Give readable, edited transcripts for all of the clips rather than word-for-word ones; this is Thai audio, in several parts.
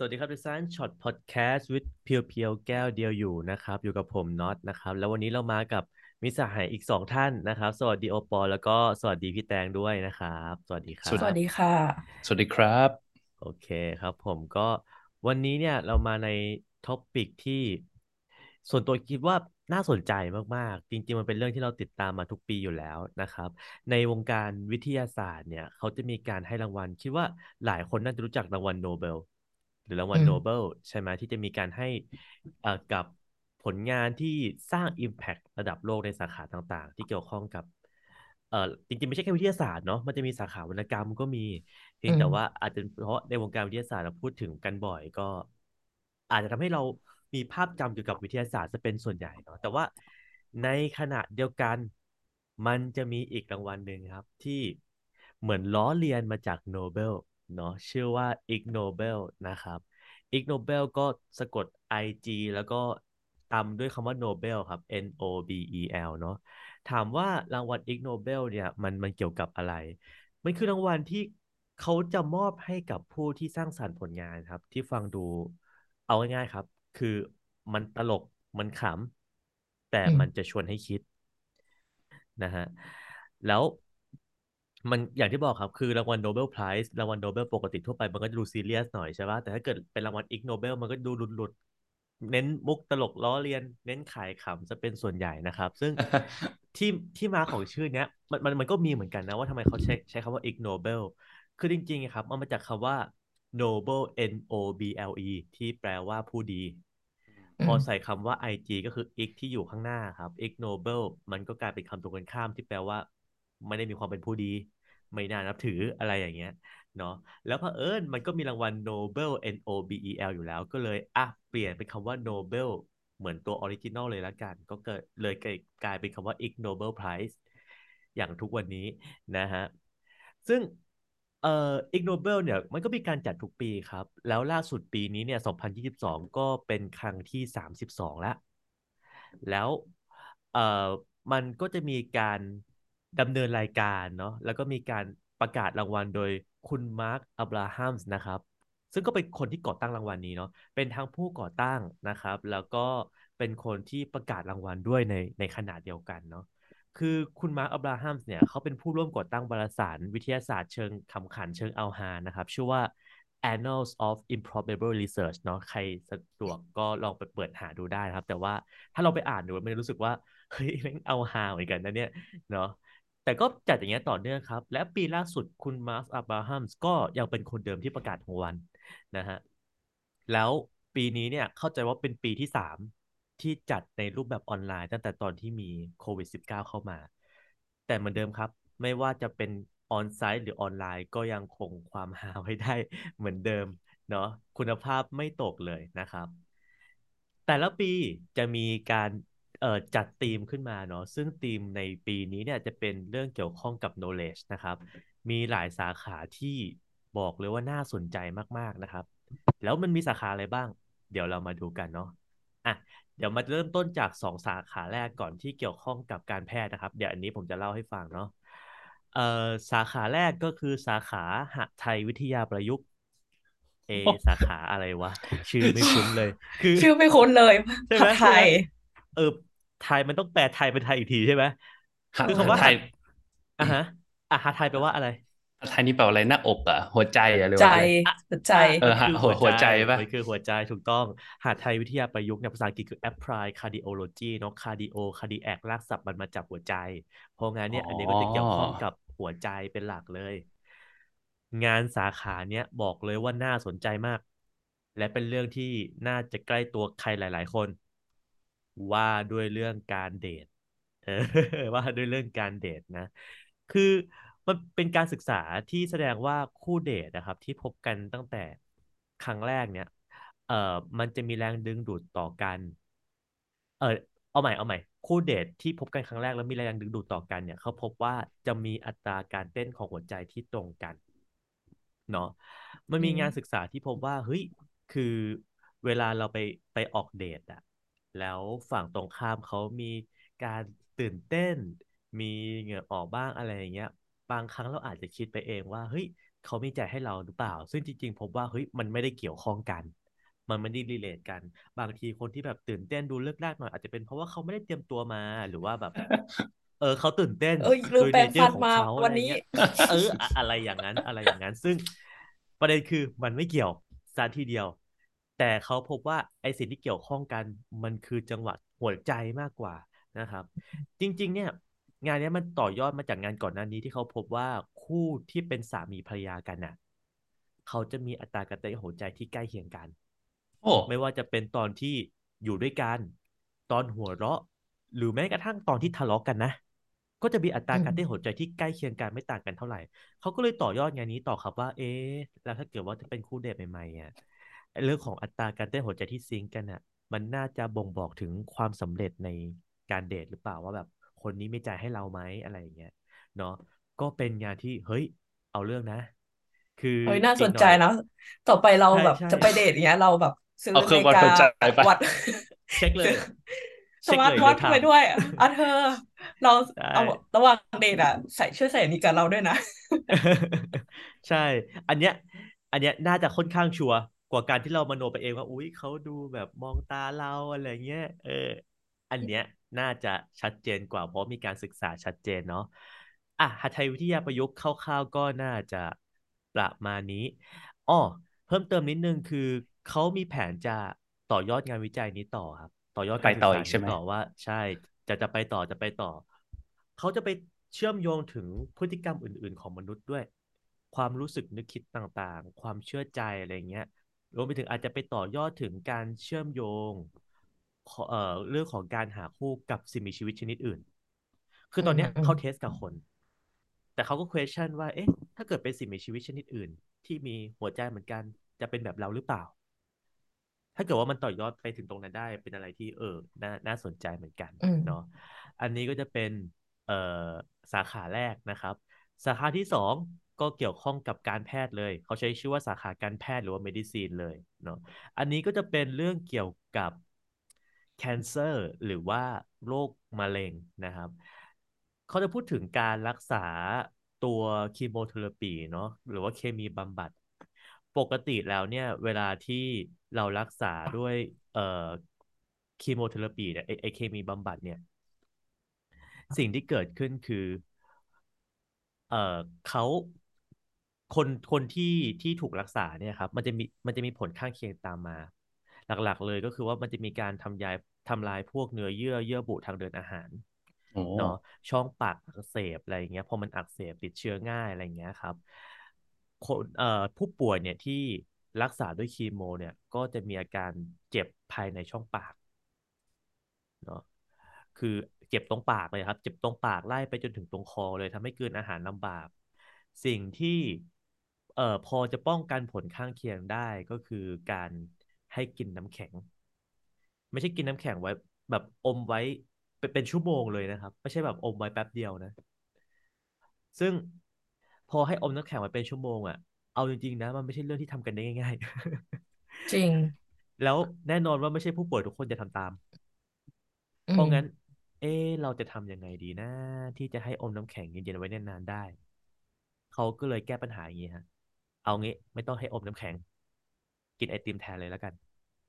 วัสดีครับดิฉันช็อตพอดแคสต์วิดเพียวเพียวแก้วเดียวอยู่นะครับอยู่กับผมน็อตนะครับแล้ววันนี้เรามากับมิตรสหายอีกสองท่านนะครับสวัสดีโอปอลแล้วก็สวัสดีพี่แตงด้วยนะครับสวัสดีคสรัวัสดีบค่ะสวัสดีครับโอเคครับผมก็วันนี้เนี่ยเรามาในท็อปิกที่ส่วนตัวคิดว่าน่าสนใจมากๆจริงๆมันเป็นเรื่องที่เราติดตามมาทุกปีอยู่แล้วนะครับในวงการวิทยาศาสตร์เนี่ยเขาจะมีการให้รางวัลคิดว่าหลายคนน่าจะรู้จักรางวัลโนเบล หรือรางวัลโนเบลอืมใช่ไหมที่จะมีการให้กับผลงานที่สร้าง Impact ระดับโลกในสาขาต่างๆที่เกี่ยวข้องกับจริงๆไม่ใช่แค่วิทยาศาสตร์เนาะมันจะมีสาขาวรรณกรรมก็มีเพีอืมยงแต่ว่าอาจจะเพราะในวงการวิทยาศาสตร์เราพูดถึงกันบ่อยก็อาจจะทำให้เรามีภาพจำเกี่ยวกับวิทยาศาสตร์จะเป็นส่วนใหญ่เนาะแต่ว่าในขณะเดียวกันมันจะมีอีกรางวัลหนึ่งครับที่เหมือนล้อเลียนมาจากโนเบล เนาะชื่อว่า Ig Nobel นะครับ Ig Nobel ก็สะกด IG แล้วก็ตามด้วยคำว่า Nobel ครับ Nobel เนาะถามว่ารางวัล Ig Nobel เนี่ยมันเกี่ยวกับอะไรมันคือรางวัลที่เขาจะมอบให้กับผู้ที่สร้างสรรค์ผลงานครับที่ฟังดูเอาง่ายๆครับคือมันตลกมันขำแต่อืมมันจะชวนให้คิด นะฮะแล้วมันอย่างที่บอกครับคือรางวัลโนเบลไพรส์รางวัลโนเบลปกติทั่วไปมันก็จะดูซีเรียสหน่อยใช่ป่ะแต่ถ้าเกิดเป็นรางวัลอิกโนเบลมันก็ดูหลุดเน้นมุกตลกล้อเลียนเน้นขายขำจะเป็นส่วนใหญ่นะครับซึ่งที่ที่มาของชื่อเนี้ยมันก็มีเหมือนกันนะว่าทำไมเขาใช้คำว่าอิกโนเบลคือจริงๆครับมันมาจากคำว่า Noble Noble ที่แปลว่าผู้ดีพอืมอใส่คำว่า IG ก็คือ ig ที่อยู่ข้างหน้าครับ ignoble มันก็กลายเป็นคำตรงกันข้ามที่แปลว่าไม่ได้มีความเป็นผู้ดีไม่น่านับถืออะไรอย่างเงี้ยเนาะแล้วเผอิญมันก็มีรางวัล Nobel Nobel อยู่แล้วก็เลยเปลี่ยนเป็นคำว่า Nobel เหมือนตัวออริจินอลเลยละกันก็เกิดเลยกลายเป็นคำว่า Ig Nobel Prize อย่างทุกวันนี้นะฮะซึ่งIg Nobel เนี่ยมันก็มีการจัดทุกปีครับแล้วล่าสุดปีนี้เนี่ย2022ก็เป็นครั้งที่32แล้วแล้วเอ่อมันก็จะมีการดำเนินรายการเนาะแล้วก็มีการประกาศรางวัลโดยคุณมาร์คอับราฮัมส์นะครับซึ่งก็เป็นคนที่ก่อตั้งรางวัลนี้เนาะเป็นทั้งผู้ก่อตั้งนะครับแล้วก็เป็นคนที่ประกาศรางวัลด้วยในขณะเดียวกันเนาะ คือคุณมาร์คอับราฮัมส์เนี่ยเขาเป็นผู้ร่วมก่อตั้งวารสารวิทยาศาสตร์เชิงขำขันเชิงเอาฮานะครับชื่อว่า Annals of Improbable Research เนาะใครสะดวกก็ลองไปเปิดหาดูได้นะครับแต่ว่าถ้าเราไปอ่านดูมันรู้สึกว่าเฮ้ยแม่งเอาฮาเหมือนกันนะเนี่ยเนาะแต่ก็จัดอย่างเงี้ยต่อเนื่องครับและปีล่าสุดคุณมาร์คอับราฮัมส์ก็ยังเป็นคนเดิมที่ประกาศรางวัลนะฮะแล้วปีนี้เนี่ยเข้าใจว่าเป็นปีที่3ที่จัดในรูปแบบออนไลน์ตั้งแต่ตอนที่มีโควิด-19เข้ามาแต่เหมือนเดิมครับไม่ว่าจะเป็นออนไซต์หรือออนไลน์ก็ยังคงความฮาไว้ได้เหมือนเดิมเนาะคุณภาพไม่ตกเลยนะครับแต่ละปีจะมีการจัดธีมขึ้นมาเนาะซึ่งธีมในปีนี้เนี่ยจะเป็นเรื่องเกี่ยวข้องกับ knowledge นะครับมีหลายสาขาที่บอกเลยว่าน่าสนใจมากๆนะครับแล้วมันมีสาขาอะไรบ้างเดี๋ยวเรามาดูกันเนาะอ่ะ เดี๋ยวมาเริ่มต้นจากสองสาขาแรกก่อนที่เกี่ยวข้องกับการแพทย์นะครับเดี๋ยวอันนี้ผมจะเล่าให้ฟังเนาะสาขาแรกก็คือสาขาหไทยวิทยาประยุกต์สาขาอะไรวะชื่อไม่คุ้นเลยคือชื่อไม่คุ้นเลยใช่ผัดไทไหมใช่ไหมยเออไทยมันต้องแปลไทยเป็นไทยอีกทีใช่ไหมหัดคือหัดไทยคำว่าหัดอ่ะฮะหัดไทยแปลว่าอะไรหัดไทยนี่แปลว่าอะไรหน้าอกอ่ะหัวใจอ่ะหรือใจว่าอะไรอ่ะหัวใจมันหัคือหัวใจหัวใจป่ะมันคือหัวใจถูกต้องหาไทยวิทยาประยุกต์เนี่ยภาษาอังกฤษคือ apply cardiology เนาะ cardio cardiac รากศัพท์มันมาจากหัวใจเพราะงั้นอ๋เนี่ยอันนี้ก็จะเกี่ยวอข้องกับหัวใจเป็นหลักเลยงานสาขาเนี้ยบอกเลยว่าน่าสนใจมากและเป็นเรื่องที่น่าจะใกล้ตัวใครหลายๆคนว่าด้วยเรื่องการเดทเออว่าด้วยเรื่องการเดทนะคือมันเป็นการศึกษาที่แสดงว่าคู่เดทนะครับที่พบกันตั้งแต่ครั้งแรกเนี่ยมันจะมีแรงดึงดูดต่อกันเออเอาใหม่คู่เดทที่พบกันครั้งแรกแล้วมีแรงดึงดูดต่อกันเนี่ยเขาพบว่าจะมีอัตราการเต้นของหัวใจที่ตรงกัน เนาะมันอืมีงานศึกมษาที่พบว่าเฮ้ยคือเวลาเราไปออกเดทอะแล้วฝั่งตรงข้ามเขามีการตื่นเต้นมีเหงื่อออกบ้างอะไรอย่างเงี้ยบางครั้งเราอาจจะคิดไปเองว่าเฮ้ยเขามีใจให้เราหรือเปล่าซึ่งจริงๆผมว่าเฮ้ยมันไม่ได้เกี่ยวข้องกันมันไม่ได้รีเลทกันบางทีคนที่แบบตื่นเต้นดูเลิกลากหน่อยอาจจะเป็นเพราะว่าเขาไม่ได้เตรียมตัวมาหรือว่าแบบเขาตื่นเต้นเอ้ยลืโดมแปรงยเนเจอร์ฟันมาของเขาอะไรวันนี้เงี้ยอะไรอย่างนั้นอะไรอย่างนั้นซึ่งประเด็นคือมันไม่เกี่ยวซะทีเดียวแต่เขาพบว่าไอ้สิ่งที่เกี่ยวข้องกันมันคือจังหวะหัวใจมากกว่านะครับจริงๆเนี่ย งานเนี้ยมันต่อยอดมาจากงานก่อนหน้านี้ที่เขาพบว่าคู่ที่เป็นสามีภรรยากันน่ะเขาจะมีอัตราการเต้นหัวใจที่ใกล้เคียงกันโอ้ไม่ว่าจะเป็นตอนที่อยู่ด้วยกันตอนหัวเราะหรือแม้กระทั่งตอนที่ทะเลาะกันนะก็จะมีอัตราอืมการเต้นหัวใจที่ใกล้เคียงกันไม่ต่างกันเท่าไหร่เขาก็เลยต่อยอดงานนี้ต่อครับว่าเอ๊ะแล้วถ้าเกิดว่าจะเป็นคู่เดทใหม่ๆอ่ะไอ้เรื่องของอัตราการเต้นหัวใจที่ซิงก์กันอ่ะมันน่าจะบ่งบอกถึงความสำเร็จในการเดทหรือเปล่าว่าแบบ คนนี้ไม่จ่ายให้เราไหมอะไรอย่างเงี้ยเนาะก็เป็นงานที่เฮ้ยเอาเรื่องนะคือเอ้ยน่าอีกหน่อยสนใจนะต่อไปเราแบบใช่ใช่จะไปเดทอย่างเงี้ยเราแบบซื้อเอาเครื่นาฬิกาองวัดหัวใจไปวัดเช็คเลซื้อยสมาร์เช็คเลยทวอทไปเรียลไทม์ด้วยอ่ะเธอเราได้เอาระหว่างเดทอ่ะช่วยใส่อันนี้กับเราด้วยนะใช่อันเนี้ยอันเนี้ยน่าจะค่อนข้างชัวร์กว่าการที่เรามโนไปเองว่าอุ๊ยเขาดูแบบมองตาเราอะไรเงี้ยอันเนี้ยน่าจะชัดเจนกว่าเพราะมีการศึกษาชัดเจนเนาะหทัยวิทยาประยุกต์คร่าวๆก็น่าจะประมาณนี้อ้อเพิ่มเติมนิดนึงคือเขามีแผนจะต่อยอดงานวิจัยนี้ต่อครับต่อยอดไปการศึกษาต่ออีกใช่ไหมนี้ต่อว่าใช่จะไปต่อจะไปต่อ เขาจะไปเชื่อมโยงถึงพฤติกรรมอื่นๆของมนุษย์ด้วยความรู้สึกนึกคิดต่างๆความเชื่อใจอะไรเงี้ยรวมไปถึงอาจจะไปต่อยอดถึงการเชื่อมโยงเรื่องของการหาคู่กับสิ่งมีชีวิตชนิดอื่นคือือตอนเนี้ยเขาเทมสกับคนแต่เขาก็ question ว่าเอ๊ะถ้าเกิดเป็นสิ่งมีชีวิตชนิดอื่นที่มีหัวใจเหมือนกันจะเป็นแบบเราหรือเปล่า ถ้าเกิดว่ามันต่อยอดไปถึงตรงนั้นได้เป็นอะไรที่น่าสนใจเหมือนกันอืมเนาะอันนี้ก็จะเป็นเอ่อสาขาแรกนะครับสาขาที่สองก็เกี่ยวข้องกับการแพทย์เลยเขาใช้ชื่อว่าสาขาการแพทย์หรือว่า medicine เลยเนาะอันนี้ก็จะเป็นเรื่องเกี่ยวกับ cancer หรือว่าโรคมะเร็งนะครับเขาจะพูดถึงการรักษาตัวคีโมเทอราปีเนาะหรือว่าเคมีบำบัด ปกติแล้วเนี่ยเวลาที่เรารักษาด้วยเอ่อคีโมเทอราปีเนี่ยไอเคมีบำบัดเนี่ยสิ่งที่เกิดขึ้นคือเขาคนที่ถูกรักษาเนี่ยครับมันจะมีผลข้างเคียงตามมาหลักๆเลยก็คือว่ามันจะมีการทำลายพวกเนื้อเยื่อบุทางเดินอาหารโอ้เนาะช่องปากอักเสบอะไรอย่างเงี้ยพอมันอักเสบติดเชื้อง่ายอะไรอย่างเงี้ยครับผู้ป่วยเนี่ยที่รักษาด้วยคีโมเนี่ยก็จะมีอาการเจ็บภายในช่องปาก เนาะคือเจ็บตรงปากเลยครับเจ็บตรงปากไล่ไปจนถึงตรงคอเลยทำให้กลืนอาหารลำบากสิ่งที่พอจะป้องกันผลข้างเคียงได้ก็คือการให้กินน้ำแข็งไม่ใช่กินน้ำแข็งไว้แบบอมไว้เป็นชั่วโมงเลยนะครับไม่ใช่แบบอมไว้แป๊บเดียวนะซึ่งพอให้อมน้ำแข็งไว้เป็นชั่วโมงอ่ะเอาจริงๆนะมันไม่ใช่เรื่องที่ทำกันได้ง่ายจริงๆแล้วแน่นอนว่าไม่ใช่ผู้ป่วยทุกคนจะทำตามอืมเพราะงั้นเราจะทำยังไงดีนะที่จะให้อมน้ำแข็งเย็นๆไว้นานๆได้ เขาก็เลยแก้ปัญหาอย่างนี้ฮะเอางี้ไม่ต้องให้อมน้ำแข็งกินไอติมแทนเลยแล้วกัน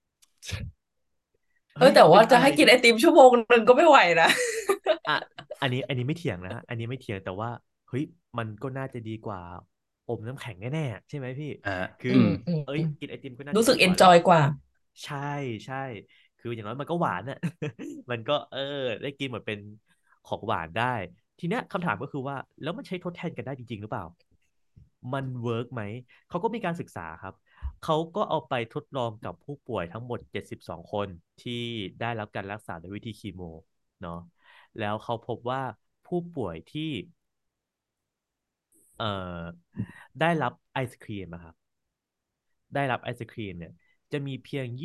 เออเฮ้ยแต่ว่าจะเป็นอะไรที่ให้กินไอติมชั่วโมงหนึ่งก็ไม่ไหวนะอ่ะอันนี้ไม่เถียงนะฮะอันนี้ไม่เถียงแต่ว่าเฮ้ยมันก็น่าจะดีกว่าอมน้ำแข็งแน่ๆใช่ไหมพี่อ่าคืออืมอืมอืมกินไอติมก็น่าจะรู้สึกเอนดีกว่าแล้วจอยกว่าใช่ใช่คืออย่างน้อยมันก็หวานอ่ะมันก็ได้กินเหมือนเป็นของหวานได้ทีเนี้ยคำถามก็คือว่าแล้วมันใช้ทดแทนกันได้จริงๆหรือเปล่ามันเวิร์กไหมเขาก็มีการศึกษาครับ เขาก็เอาไปทดลองกับผู้ป่วยทั้งหมด72คนที่ได้รับการรักษาด้วยวิธีคีโมเนาะแล้วเขาพบว่าผู้ป่วยที่เอ่อได้รับไอศครีมอะครับได้รับไอศครีมเนี่ยจะมีเพียง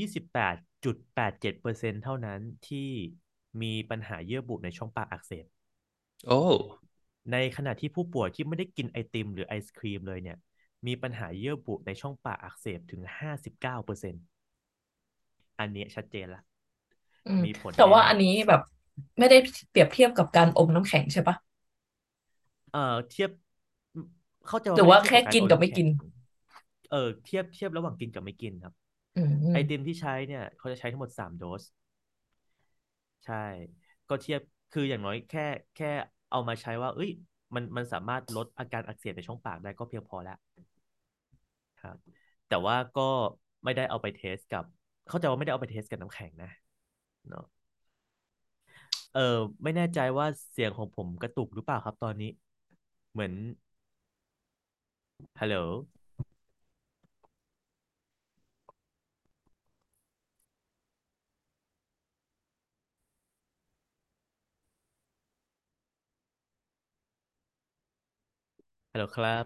28.87%เท่านั้นที่มีปัญหาเยื่อบุในช่องปากอักเสบโอ้ในขณะที่ผู้ป่วยที่ไม่ได้กินไอติมหรือไอศครีมเลยเนี่ยมีปัญหาเยื่อบุในช่องปากอักเสบถึง59%อันนี้ชัดเจนละอืมมีผลแต่ว่าแน่อันนี้แบบไม่ได้เปรียบเทียบกับการอมน้ำแข็งใช่ปะๆเทียบเข้าใจหว่ารือว่าแค่ไม่ได้เทียบกับการกินโอนน้ำแข็งกับไม่กินเทียบระหว่างกินกับไม่กินครับอืไอติมมที่ใช้เนี่ยเขาจะใช้ทั้งหมด3 โดสใช่ก็เทียบคืออย่างน้อยแค่เอามาใช้ว่าเอ้ยมันสามารถลดอาการอักเสบในช่องปากได้ก็เพียงพอแล้วครับแต่ว่าก็ไม่ได้เอาไปเทสกับเข้าใจว่าไม่ได้เอาไปเทสกับน้ำแข็งนะเนาะเออไม่แน่ใจว่าเสียงของผมกระตุกหรือเปล่าครับตอนนี้เหมือนฮัลโหลฮัลโหลครับ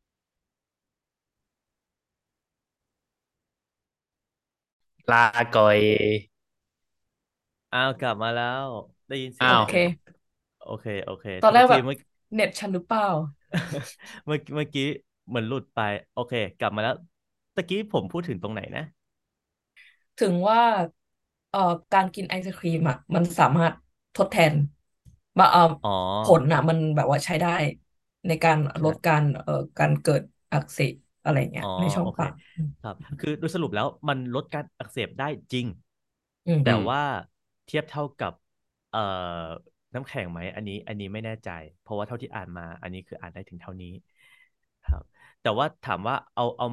ลาก่อยอ้าวกลับมาแล้วได้ยินเสียอ้าวโอเคงใช่ไหมโอเคตอนแรกแบบโทษทีเมื่อเน็ตฉันหรือเปล่าเมื่อกี้เหมือนหลุดไปโอเคกลับมาแล้วตะกี้ผมพูดถึงตรงไหนนะถึงว่าเอ่อการกินไอศครีมอ่ะมันสามารถทดแทนมาอ๋อผลอ่ะมันแบบว่าใช้ได้ในการลใช่ดการเกิดอักเสบอะไรเงี้อ๋อยในช่อโอเคงปากครับคือโดยสรุปแล้วมันลดการอักเสบได้จริงอืมอืมแต่ว่าเทียบเท่ากับเอ่อน้ำแข็งไหมอันนี้ไม่แน่ใจเพราะว่าเท่าที่อ่านมาอันนี้คืออ่านได้ถึงเท่านี้ครับแต่ว่าถามว่า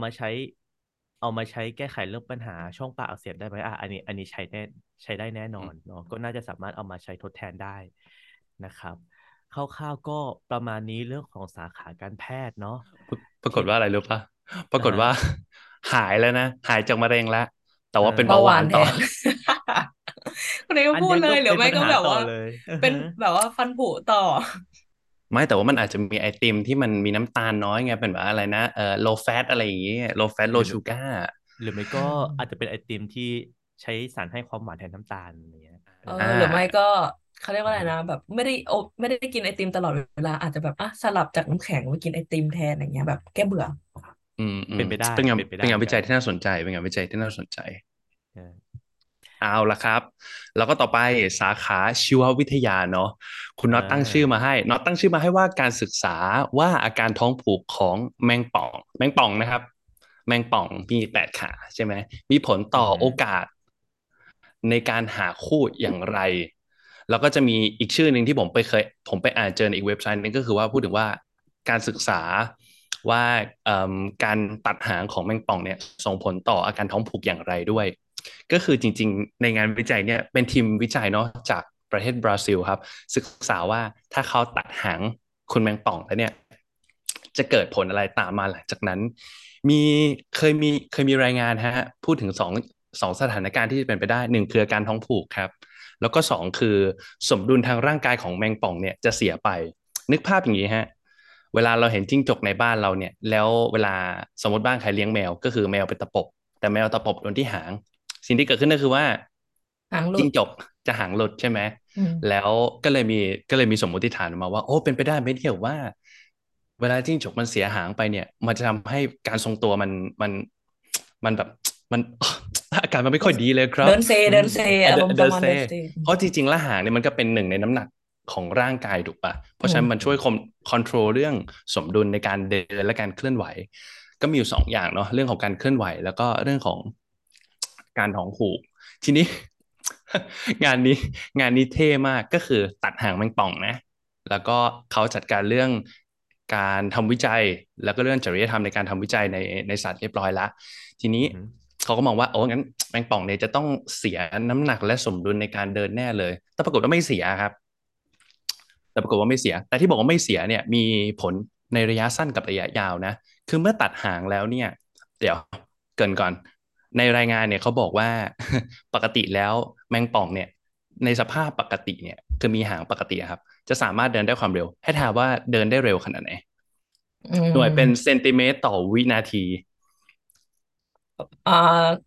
เอามาใช้แก้ไขเรื่องปัญหาช่องปากอักเสบได้ไหมอันนี้ใช้ได้แน่นออืมนเนาะก็น่าจะสามารถเอามาใช้ทดแทนได้นะครับคร่าวๆก็ประมาณนี้เรื่องของสาขาการแพทย์เนาะที่ปรากฏว่าอะไรรู้ปะปราอ่าฮะกฏว่าหายแล้วนะหายจากมะเร็งแล้วแต่เอว่าเป็นเบาเบาหวานต่อหวานแทนคนนี้ก็พูดอันเนี้ยก็เลยหรือไม่เป็นปัญหาก็แบบว่าต่อเลยอือเป็นฮะแบบว่าฟันผุต่อไม่แต่ว่ามันอาจจะมีไอติมที่มันมีน้ำตาลน้อยไงเป็นแบบอะไรนะlow fat อะไรอย่างเงี้ย low fat หรื low อไม่ sugar หรือไม่อ่ก็อาจจะาเป็นไอติมที่ใช้สารให้ความหวานแทนน้ำตาลอย่างเงี้ยอ่หรือไม่าก็เขาเรียกว่าอือฮึอะไรนะแบบไม่ได้กินไอติมตลอดเวลาอาจจะแบบสลับจากน้ำแข็งมากินไอติมแทนอย่างเงี้ยแบบแก้เบื่ออืมอืมเป็นไปได้เป็นงานเป็นไปเป็นงานวิได้เหมือนกันจัยที่น่าสนใจเป็นงานวิจัยที่น่าสนใจเออเอาละครับแล้วก็ต่อไปสาขาชีววิทยาเนาะคุณอ่น็อตตั้งชื่อมาาให้น็อตตั้งชื่อมาให้ว่าการศึกษาว่าอาการท้องผูกของแมงป่องนะครับแมงป่องมี8 ขาใช่ไหมมีผลต่ออือฮึโอกาสในการหาคู่อย่างไรแล้วก็จะมีอีกชื่อหนึ่งที่ผมไปอ่านเจอในอีกเว็บไซต์หนึงก็คือว่าพูดถึงว่าการศึกษาว่าการตัดหางของแมงป่องเนี่ยส่งผลต่ออาการท้องผูกอย่างไรด้วย ก็คือจริงๆในงานวิจัยเนี่ยเป็นทีมวิจัยเนาะจากประเทศบราซิลครับศึกษาว่าถ้าเขาตัดหางคุณแมงป่องแล้วเนี่ยจะเกิดผลอะไรตามมาหลังจากนั้นมีเคยมีรายงานฮะพูดถึงสองสถานการณ์ที่จะเป็นไปได้หนึ่งคืออาการท้องผูกครับแล้วก็สองคือสมดุลทางร่างกายของแมงป่องเนี่ยจะเสียไปนึกภาพอย่างนี้ฮะเวลาเราเห็นจิ้งจกในบ้านเราเนี่ยแล้วเวลาสมมติบ้านใครเลี้ยงแมวก็คือแมวเป็นตะปบแต่แมวตะปบโดนที่หาง สิ่งที่เกิดขึ้นก็คือว่าหางหลุดจิ้งจกจะหางหลุดใช่ไหมอืมแล้วก็เลยมีก็เลยมีสมมติฐานออกมาว่าโอ้เป็นไปได้ไหมที่ว่าเวลาจิ้งจกมันเสียหางไปเนี่ยมันจะทำให้การทรงตัวมันมันแบบมันอาการมันไม่ค่อยดีเลยครับเดินเซอ่ะอารมณ์ประเดินเซมาณเดินเซเพราะจริงๆแล้วหางเนี่ยมันก็เป็นหนึ่งในน้ำหนักของร่างกายถูกปะเพอืราะฉะนั้นมันมช่วยคอนโทรลเรื่องสมดุลในการเดินและการเคลื่อนไหว ก็มีอยู่2 อย่างเนาะเรื่องของการเคลื่อนไหวแล้วก็เรื่องของการท้องผูกทีนี้งานนี้งานนี้เท่มากก็คือตัดหางแมงป่องนะแล้วก็เขาจัดการเรื่องการทำวิจัยแล้วก็เรื่องจริยธรรมในการทำวิจัยในสัตว์เรียบร้อยแล้วทีนี้อือฮึเขาก็มองว่าโอ้งั้นแมงป่องเนี่ยจะต้องเสียน้ำหนักและสมดุลในการเดินแน่เลยแต่ปรากฏว่าไม่เสียครับแต่ปรากฏว่าไม่เสียแต่ที่บอกว่าไม่เสียเนี่ยมีผลในระยะสั้นกับระยะยาวนะ คือเมื่อตัดหางแล้วเนี่ยเดี๋ยวเกรินก่อนในรายงานเนี่ยเขาบอกว่าปกติแล้วแมงป่องเนี่ยในสภาพปกติเนี่ยคือมีหางปกติครับจะสามารถเดินได้ความเร็วให้ถามว่าเดินได้เร็วขนาดไหนอืหน่วยเป็นมเซนติเมตรต่อวินาทีอ่า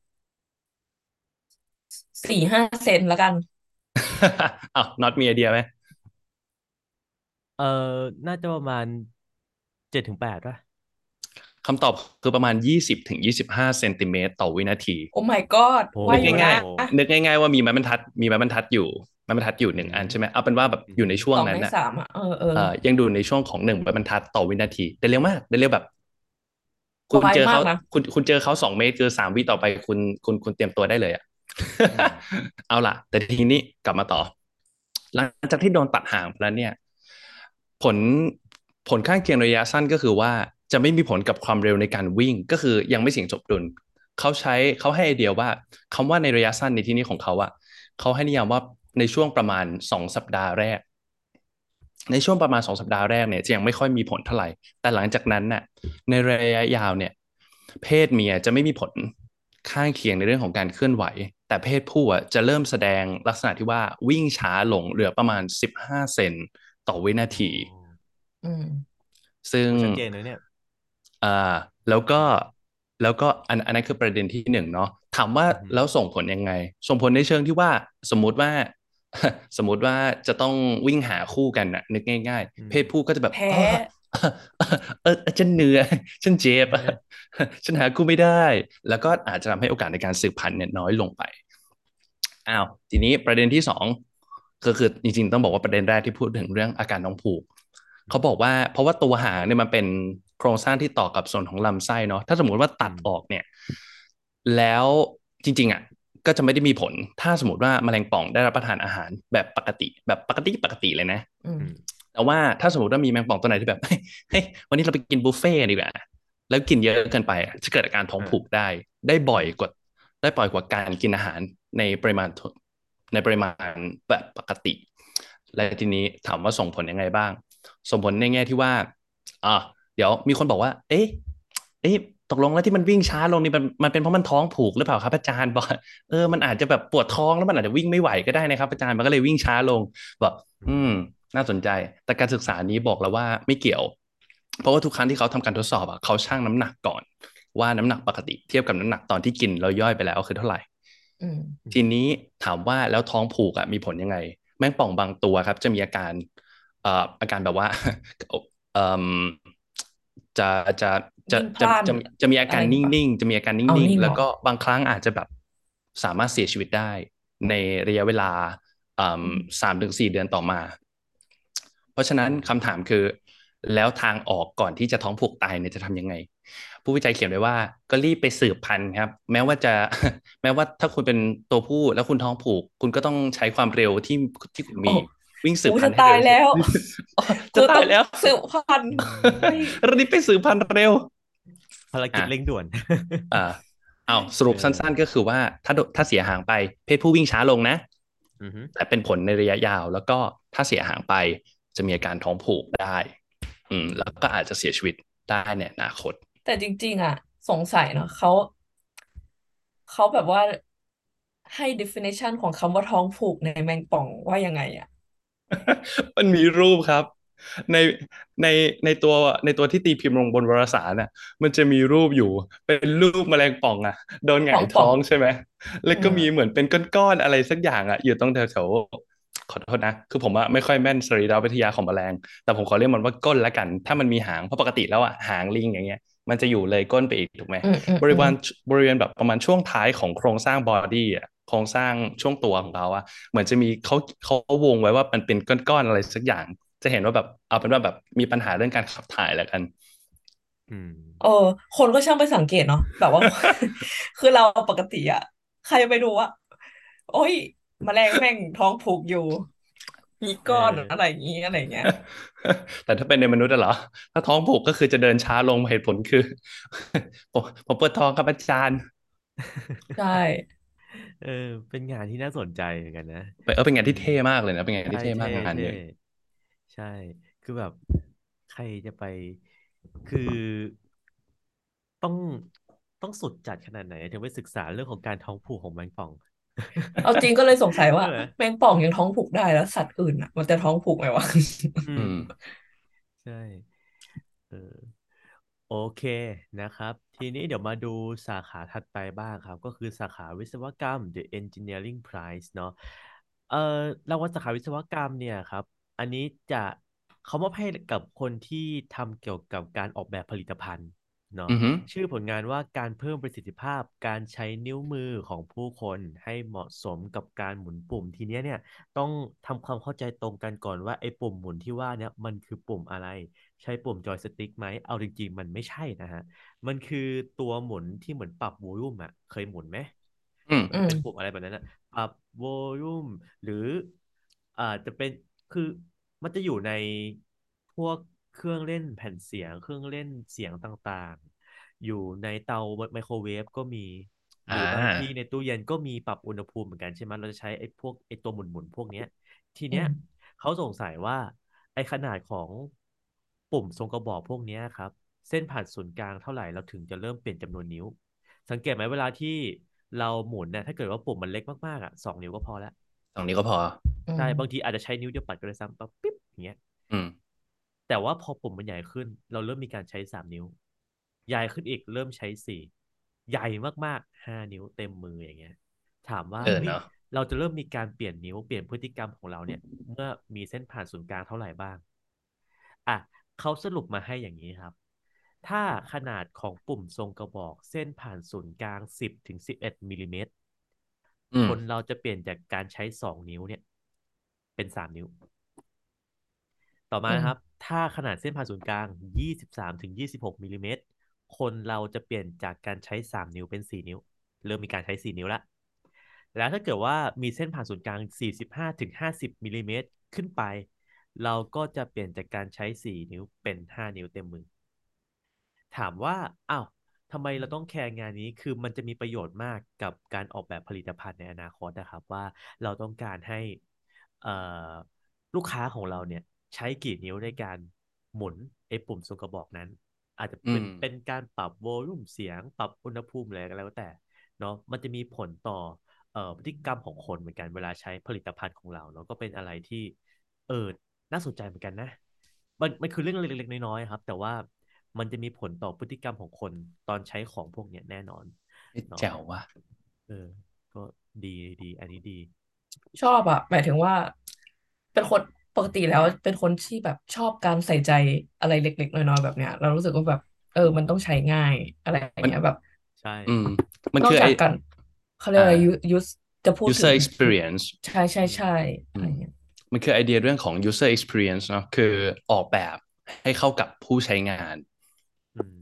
4-5 เซนแล้วกันอ้าวน็อตมีไอเดียไหมเออน่าจะประมาณ7 ถึง 8ป่ะคำตอบคือประมาณ20 ถึง 25 เซนติเมตรต่อวินาทีโอ้ my god โอ้ว่าอยู่นะนึกง่ายๆนึกง่ายๆว่ามีไม้บรรทัดอยู่ไม้บรรทัดอยู่หอืนึ่งอันมใช่ไหมเอาเป็นว่าแบบอือยู่ในช่วงสองในนั้นน่ะสามอ่ะยังดูในช่วงของ1 ใบบรรทัดต่อวินาทีแต่เร็วมากเร็วแบบคุไวณเจอเขามากนะคุณเจอเขา2 เมตรคือ3 วิต่อไปคุณเตรียมตัวได้เลยอ่ะอืมเอาล่ะแต่ทีนี้กลับมาต่อหลังจากที่โดนตัดห่างไปแล้วเนี่ยผลผลข้างเคียงระยะสั้นก็คือว่าจะไม่มีผลกับความเร็วในการวิ่งก็คือยังไม่เสี่ยงสมดุลเขาให้ไอเดียว่าคำว่าในระยะสั้นในที่นี้ของเขาอะเขาให้นิยามว่าในช่วงประมาณ2 สัปดาห์แรกในช่วงประมาณ2 สัปดาห์แรกเนี่ยจะยังไม่ค่อยมีผลเท่าไหร่แต่หลังจากนั้นน่ะในระยะยาวเนี่ยเพศเมียจะไม่มีผลข้างเคียงในเรื่องของการเคลื่อนไหวแต่เพศผู้อ่ะจะเริ่มแสดงลักษณะที่ว่าวิ่งช้าลงเหลือประมาณ15 เซนต่อวินาอ๋อทีอืมซึ่งโอ้ชัดเจนเลยเนี่ยอ่าแล้วก็อืมอันนั้นคือประเด็นที่หนึ่งเนาะถามว่าอืมแล้วส่งผลยังไงส่งผลในเชิงที่ว่าสมมุติว่าสมมุติว่าจะต้องวิ่งหาคู่กันน่ะนึกง่ายอืมๆเพศผู้ก็จะแบบแพ้ฉันเหนื่อยฉันเจ็บเออฉันหาคู่ไม่ได้แล้วก็อาจจะทำให้โอกาสในการสืบพันธุ์เนี่ยน้อยลงไปอ้าวทีนี้ประเด็นที่สองก็คือจริงๆต้องบอกว่าประเด็นแรกที่พูดถึงเรื่องอาการท้องผูก เขาบอกว่าเพราะว่าตัวหางเนี่ยมันเป็นโครงสร้างที่ต่อกับส่วนของลำไส้เนาะถ้าสมมติว่าตัดอืมออกเนี่ยแล้วจริงๆอ่ะก็จะไม่ได้มีผลถ้าสมมติว่าแมลงป่องได้รับประทานอาหารแบบปกติแบบปกติเลยนะอืมอืมแต่ว่าถ้าสมมติว่ามีแมงป่องตัวไหนที่แบบเฮ้ยวันนี้เราไปกินบุฟเฟ่ต์กันดีกว่าแล้วกินเยอะเกินไปอะจะเกิดอาการท้องอ่าผูกได้ได้บ่อืมอยกว่าได้บ่อยกว่าการกินอาหารในปริมาณในปริมาณแบบปกติและทีนี้ถามว่าส่งผลยังไงบ้าง ส่งผลในแง่ที่ว่าอ่าเดี๋ยวมีคนบอกว่าเอ๊ะตกลงแล้วที่มันวิ่งช้าลงนี่มันเป็นเพราะมันท้องผูกหรือเปล่าครับอาจารย์บอกมันอาจจะแบบปวดท้องแล้วมันอาจจะวิ่งไม่ไหวก็ได้นะครับอาจารย์มันก็เลยวิ่งช้าลงบอกอืมน่าสนใจแต่การศึกษานี้บอกแล้วว่าไม่เกี่ยวเพราะว่าทุกครั้งที่เขาทำการทดสอบอ่ะเขาชั่งน้ำหนักก่อนว่าน้ำหนักปกติเทียบกับน้ำหนักตอนที่กินแล้วย่อยไปแล้วคือเท่าไหร่อืมอืมทีนี้ถามว่าแล้วท้องผูกอ่ะมีผลยังไงแมงป่องบางตัวครับจะมีอาการแบบว่าเอ่มจะจะจะวิ่งพล่านจะจะจะมีอาการนิอะไรอย่างงี้ปะ่งๆจะมีอาการเอานิ่งนิ่งเหรอๆแล้วก็บางครั้งอาจจะแบบสามารถเสียชีวิตได้ในระยะเวลาอืม 3 ถึง 4 เดือนต่อมาเพราะฉะนั้นอืคำถามมคือแล้วทางออกก่อนที่จะท้องผูกตายเนี่ยจะทำยังไงผู้วิจัยเขียนไว้ว่าก็รีบไปสืบพันธุ์ครับแม้ว่าจะ แม้ว่าถ้าคุณเป็นตัวผู้แล้วคุณท้องผูกคุณก็ต้องใช้ความเร็วที่คุณโอ้มีวิ่งสืกูจะบพันธุ์ให้ตายแล้วเร็วที่สุด อ๋อกูต้องจะตายแล้วสืบพันธุ์อืให้มรีบไปสืบพันธุ์เร็วภารกิอ่ะจเร่งด่วนอ่าเอาสเอรุปสั้นๆอก็คือว่าถ้าเสียหางไปเพศผู้วิ่งช้าลงนะอือฮึแต่เป็นผลในระยะยาวแล้วก็ถ้าเสียหางไปจะมีอาการท้องผูกได้อืแล้วก็มอาจจะเสียชีวิตได้ในอนาคตแต่จริงๆอ่ะสงสัยเนาะเขาแบบว่าให้ definition ของคำว่าท้องผูกในแมงป่องว่ายังไงอ่ะมันมีรูปครับในในในตัวที่ตีพิมพ์ลงบนวารสารน่ะมันจะมีรูปอยู่เป็นรูปแมลงป่องอ่ะโดนหป่งายท้องป่ององใช่ไหมแล้วก็มีอืมเหมือนเป็นก้อนๆอะไรสักอย่างอ่ะอยู่ตรงแถวๆขอโทษนะคือผมอะไม่ค่อยแม่นสรีรวิทยาของแมลงแต่ผมขอเรียกมันว่าก้นละกันถ้ามันมีหางเพราะปกติแล้วอ่ะหางลิงอย่างเงี้ยมันจะอยู่เลยก้นไปอีกถูกไหมอืมอืมอืมบริเวณแบบประมาณช่วงท้ายของโครงสร้างบอดี้อ่ะโครงสร้างช่วงตัวของเขาอ่ะ เหมือนจะมีเขาวงไว้ว่ามันเป็นก้อนๆอะไรสักอย่างจะเห็นว่าแบบเอาเป็นว่าแบบมีปัญหาเรื่องการขับถ่ายแล้วกันอืมเออคนก็ช่างไปสังเกตเนาะแบบว่าคือเราปกติอ่ะใครจะไปดูว่าโอ้ยแมลงแม่งท้องผูกอยู่มีเอก้อนออะไรอย่างงี้อะไรอย่างเงี้ยแต่ถ้าเป็นในมนุษย์อะเหรอถ้าท้องผูกก็คือจะเดินช้าลงเหตุผลคือผมปวดท้องครับอาจารย์ใช่เออเป็นงานที่น่าสนใจเหมือนกันนะเป็นอืมงานที่เท่มากเลยนะเป็นงานใช่ที่เท่มาเท่เท่กงานหนึ่งใช่คือแบบใครจะไปคือต้องต้องสุดจัดขนาดไหนถึงไปศึกษาเรื่องของการท้องผูกของแมงป่องเอาจริงก็เลยสงสัย ว่าใช่ไหมแมงป่องยังท้องผูกได้แล้วสัตว์อื่นอ่ะมันจะท้องผูกไหมวะอือืมมใช่เออ โอเคนะครับทีนี้เดี๋ยวมาดูสาขาถัดไปบ้างครับก็คือสาขาวิศวกรรม The Engineering Prize เนาะเอ่อรางวัลสาขาวิศวกรรมเนี่ยครับอันนี้จะเขามอบให้กับคนที่ทำเกี่ยวกับการออกแบบผลิตภัณฑ์เนาะอือฮึชื่อผลงานว่าการเพิ่มประสิทธิภาพการใช้นิ้วมือของผู้คนให้เหมาะสมกับการหมุนปุ่มทีเนี้ยเนี่ยต้องทำความเข้าใจตรงกันก่อนว่าไอ้ปุ่มหมุนที่ว่าเนี่ยมันคือปุ่มอะไรใช้ปุ่มจอยสติ๊กไหมเอาจริงๆมันไม่ใช่นะฮะมันคือตัวหมุนที่เหมือนปรับวอลลุ่มอ่ะเคยหมุนไหมอืมอืมมันเป็นปุ่มอะไรแบบนั้นนะปรับวอลลุ่มหรือจะเป็นคือมันจะอยู่ในพวกเครื่องเล่นแผ่นเสียงเครื่องเล่นเสียงต่างๆอยู่ในเตาไมโครเวฟก็มีหอ่รือบางที่าในตู้เย็นก็มีปรับอุณหภูมิเหมือนกันใช่ไหมเราจะใช้ไอ้ตัวหมุนๆพวกเนี้ยทีเนี้ยอืมเขาสงสัยว่าไอ้ขนาดของปุ่มทรงกระบอกพวกเนี้ยครับเส้นผ่านศูนย์กลางเท่าไหร่เราถึงจะเริ่มเปลี่ยนจำนวนนิ้วสังเกตไหมเวลาที่เราหมุนเนี่ยถ้าเกิดว่าปุ่มมันเล็กมากๆอ่ะ2 นิ้วก็พอแล้วตรงนี้ก็พออืมใช่บางทีอาจจะใช้นิ้วเดียวปัดก็ได้ซ้ำปั๊บปิ๊บอย่างเงี้ยอืมแต่ว่าพอปุ่มมันใหญ่ขึ้นเราเริ่มมีการใช้3 นิ้วใหญ่ขึ้นอีกเริ่มใช้สี่ใหญ่มากๆ5 นิ้วเต็มมืออย่างเงี้ยถามว่าเฮ้ยเนาะเราจะเริ่มมีการเปลี่ยนนิ้วเปลี่ยนพฤติกรรมของเราเนี่ยเมื่อมีเส้นผ่านศูนย์กลางเท่าไหร่บ้างอ่ะเขาสรุปมาให้อย่างนี้ครับถ้าขนาดของปุ่มทรงกระบอกเส้นผ่านศูนย์กลาง10 ถึง 11 มิลลิเมตรอืมคนเราจะเปลี่ยนจากการใช้2 นิ้วเนี่ยเป็น3 นิ้ว ต่อมาอืมนะครับ ถ้าขนาดเส้นผ่านศูนย์กลาง23 ถึง 26 มิลลิเมตรคนเราจะเปลี่ยนจากการใช้3 นิ้วเป็น4 นิ้ว เริ่มมีการใช้4 นิ้วละแล้วถ้าเกิดว่ามีเส้นผ่านศูนย์กลาง45 ถึง 50 มิลลิเมตรขึ้นไป เราก็จะเปลี่ยนจากการใช้4 นิ้วเป็น5 นิ้วเต็มมือ ถามว่าอ้าวทำไมเราต้องแคร์งานนี้คือมันจะมีประโยชน์มากกับการออกแบบผลิตภัณฑ์ในอนาคตนะครับว่าเราต้องการให้เอ่อลูกค้าของเราเนี่ยใช้กี่นิ้วในการหมุนไอ้ปุ่มทรงกระบอกนั้นอาจจะอืมเป็นการปรับโวลูมเสียงปรับอุณหภูมิอะไรก็แล้วแต่เนาะมันจะมีผลต่อพฤติกรรมของคนเหมือนกันเวลาใช้ผลิตภัณฑ์ของเราเนาะก็เป็นอะไรที่เออน่าสนใจเหมือนกันนะมันคือเรื่องเล็กๆน้อยๆครับแต่ว่า มันจะมีผลต่อพฤติกรรมของคนตอนใช้ของพวกเนี้ยแน่นอนเนาะแจ๋วว่ะเออก็ดีดีอันนี้ดีชอบอ่ะหมายถึงว่าเป็นคนปกติแล้วเป็นคนที่แบบชอบการใส่ใจอะไรเล็กๆน้อยๆแบบเนี้ยเรารู้สึกว่าแบบมันต้องใช้ง่ายอะไรอย่างมันเงี้ยแบบใช่อืมมันคือไอนอกจากการเขาเรียกอ่าอะไรยูสจะพูดถึ user ง experience ใช่ใช่อืมใช่อืมอะไรเงี้ยมันคือไอเดียเรื่องของ user experience เนาะคือออกแบบให้เข้ากับผู้ใช้งานอืม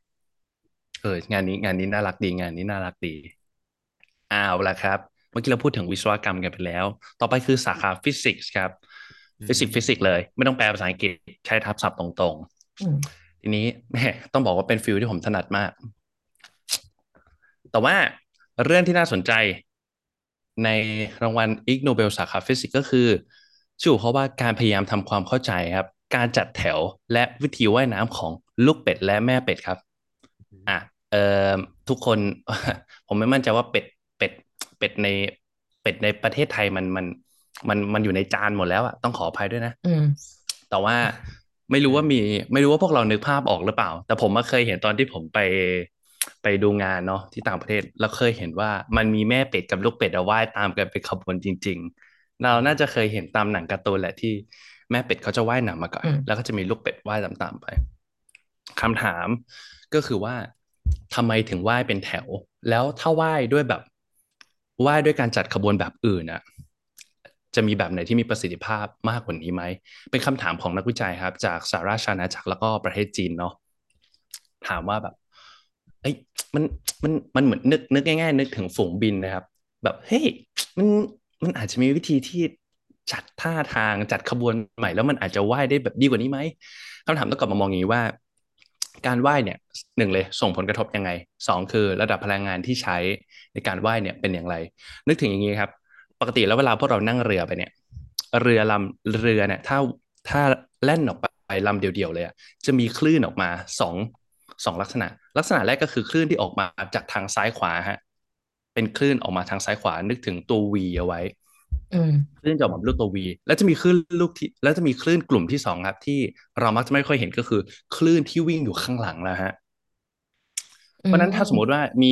งานนี้น่ารักดีงานนี้น่ารักดีเอาละครับเมื่อกี้เราพูดถึงวิศวกรรมกันไปแล้วต่อไปคือสาขาฟิสิกส์ครับอืฟิสิกส์เลยไม่ต้องแปลภาษาอังกฤษใช้ทับศัพท์ตรงอืมๆทีนี้แม่ต้องบอกว่าเป็นฟิลที่ผมถนัดมาก แต่ว่าเรื่องที่น่าสนใจในรางวัลอิกโนเบลสาขาฟิสิกส์ก็คือชื่อเขาว่าการพยายามทำความเข้าใจครับการจัดแถวและวิธีว่ายน้ำของลูกเป็ดและแม่เป็ดครับอืมอ่ะเอ่อทุกคนผมไม่มั่นใจว่าเป็ดเป็ดในเป็ดในประเทศไทยมันอยู่ในจานหมดแล้วอะต้องขออภัยด้วยนะอืมแต่ว่าไม่เออรู้ว่าไม่รู้ว่าพวกเรานึกภาพออกหรือเปล่าแต่ผมมาเคยเห็นตอนที่ผมไปดูงานเนาะที่ต่างประเทศแล้วเคยเห็นว่ามันมีแม่เป็ดกับลูกเป็ดอะว่ายตามกันเป็นขบวนจริงๆเราอืมน่าจะเคยเห็นตามหนังการ์ตูนแหละที่แม่เป็ดเขาจะว่ายน้ำมาก่อนอืมแล้วก็จะมีลูกเป็ดว่ายตามๆไปคำถามก็คือว่าทำไมถึงว่ายเป็นแถวแล้วถ้าว่ายด้วยแบบว่ายด้วยการจัดขบวนแบบอื่นอะจะมีแบบไหนที่มีประสิทธิภาพมากกว่านี้ไหม เป็นคำถามของนักวิจัยครับจากสหราชอาณาจักรแล้วก็ประเทศจีนเนาะถามว่าแบบเอ้ยมันมันเหมือนนึกง่ายๆนึกถึงฝูงบินนะครับแบบเฮ้ยมันมันอาจจะมีวิธีที่จัดท่าทางจัดขบวนใหม่แล้วมันอาจจะว่ายได้แบบดีกว่านี้ไหมคำถามต้องกลับมามองอย่างนี้ว่าการว่ายเนี่ยหนึ่งเลยส่งผลกระทบยังไงสองคือระดับพลังงานที่ใช้ในการว่ายเนี่ยเป็นอย่างไรนึกถึงอย่างนี้ครับ ปกติแล้วเวลาพวกเรานั่งเรือไปเนี่ยเรือเนี่ยถ้าแล่นออกไปลำเดียวๆเลยอ่ะจะมีคลื่นออกมาสองลักษณะแรกก็คือคลื่นที่ออกมาจากทางซ้ายขวาฮะเป็นคลื่นออกมาทางซ้ายขวานึกถึงตัว V เอาไว้อืมคลื่นจะออกมาเป็นรูปตัว V แล้วจะมีคลื่นลูกที่แล้วจะมีคลื่นกลุ่มที่สองครับที่เรามักจะไม่ค่อยเห็นก็คือคลื่นที่วิ่งอยู่ข้างหลังนะฮะอืเพราะฉะนั้นถ้าสมมติมว่ามี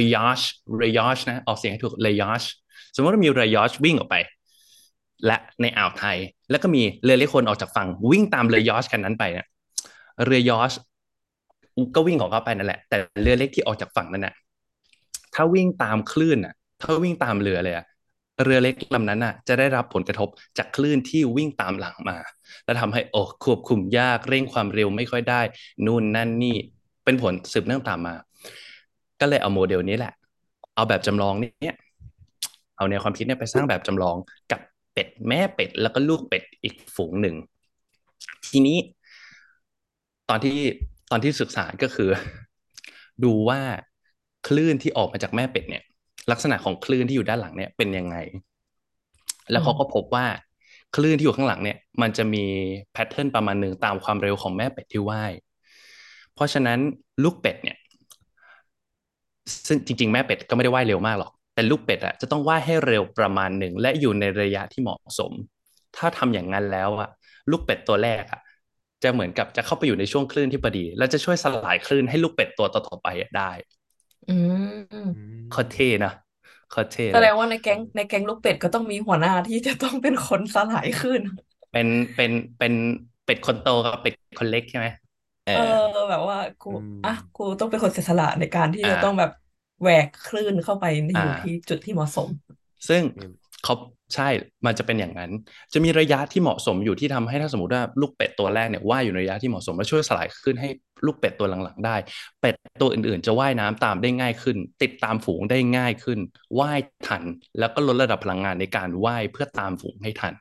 rayage นะออกเสียงให้ถูก rayage สมมติว่ามี rayage วิ่งออกไปและในอ่าวไทยแล้วก็มีเรือเล็กคนออกจากฝั่งวิ่งตาม rayage กันนั้นไปเนี่ย rayage ก็วิ่งของเขาไปนั่นแหละแต่เรือเล็กที่ออกจากฝั่งนั้นน่ะถ้าวิ่งตามคลื่นน่ะถ้าวิ่งตามเรือเลยอะเรือเล็กลำนั้นน่ะจะได้รับผลกระทบจากคลื่นที่วิ่งตามหลังมาแล้วทำให้ควบคุมยากเร่งความเร็วไม่ค่อยได้นู่นนั่นนี่เป็นผลสืบเนื่องตามมาก็เลยเอาโมเดลนี้แหละเอาแบบจำลองเนี่ยเอาแนวความคิดเนี่ยไปสร้างแบบจำลองกับเป็ดแม่เป็ดแล้วก็ลูกเป็ดอีกฝูงหนึ่งทีนี้ตอนที่ตอนที่ศึกษาก็คือดูว่าคลื่นที่ออกมาจากแม่เป็ดเนี่ยลักษณะของคลื่นที่อยู่ด้านหลังเนี่ยเป็นยังไงแล้อืมวเขาก็พบว่าคลื่นที่อยู่ข้างหลังเนี่ยมันจะมีแพทเทิร์นประมาณหนึ่งตามความเร็วของแม่เป็ดที่ว่ายเพราะฉะนั้นลูกเป็ดเนี่ย ซึ่งจริงๆแม่เป็ดก็ไม่ได้ว่ายเร็วมากหรอกแต่ลูกเป็ดอะจะต้องว่ายให้เร็วประมาณหนึ่งและอยู่ในระยะที่เหมาะสมถ้าทำอย่างนั้นแล้วอะลูกเป็ดตัวแรกอะจะเหมือนกับจะเข้าไปอยู่ในช่วงคลื่นที่พอดีแล้วจะช่วยสลายคลื่นให้ลูกเป็ดตัวต่อๆไปได้อือืมโคตรเท่มนะโคตรเท่เลยแสดงว่าในแก๊งลูกเป็ดก็ต้องมีหัวหน้าที่จะต้องเป็นคนสลายขึ้นเป็นเป็นเป็นเป็ดคนโตกับเป็ดคนเล็กใช่ไหมเออเออแบบว่ากูอืมกูต้องเป็นคนเสียสละในการที่จะต้องแบบอ่าแหวกคลื่นเข้าไปอยู่ที่อ่าจุดที่เหมาะสมซึ่งเนี่ยเขาใช่มันจะเป็นอย่างนั้นจะมีระยะที่เหมาะสมอยู่ที่ทำให้ถ้าสมมติว่าลูกเป็ดตัวแรกเนี่ยว่ายอยู่ในระยะที่เหมาะสมแล้วช่วยสลายขึ้นให้ลูกเป็ดตัวหลังๆได้เป็ดตัวอื่นๆจะว่ายน้ำตามได้ง่ายขึ้นติดตามฝูงได้ง่ายขึ้นว่ายทันแล้วก็ลดระดับพลังงานในการว่ายเพื่อตามฝูงให้ทัน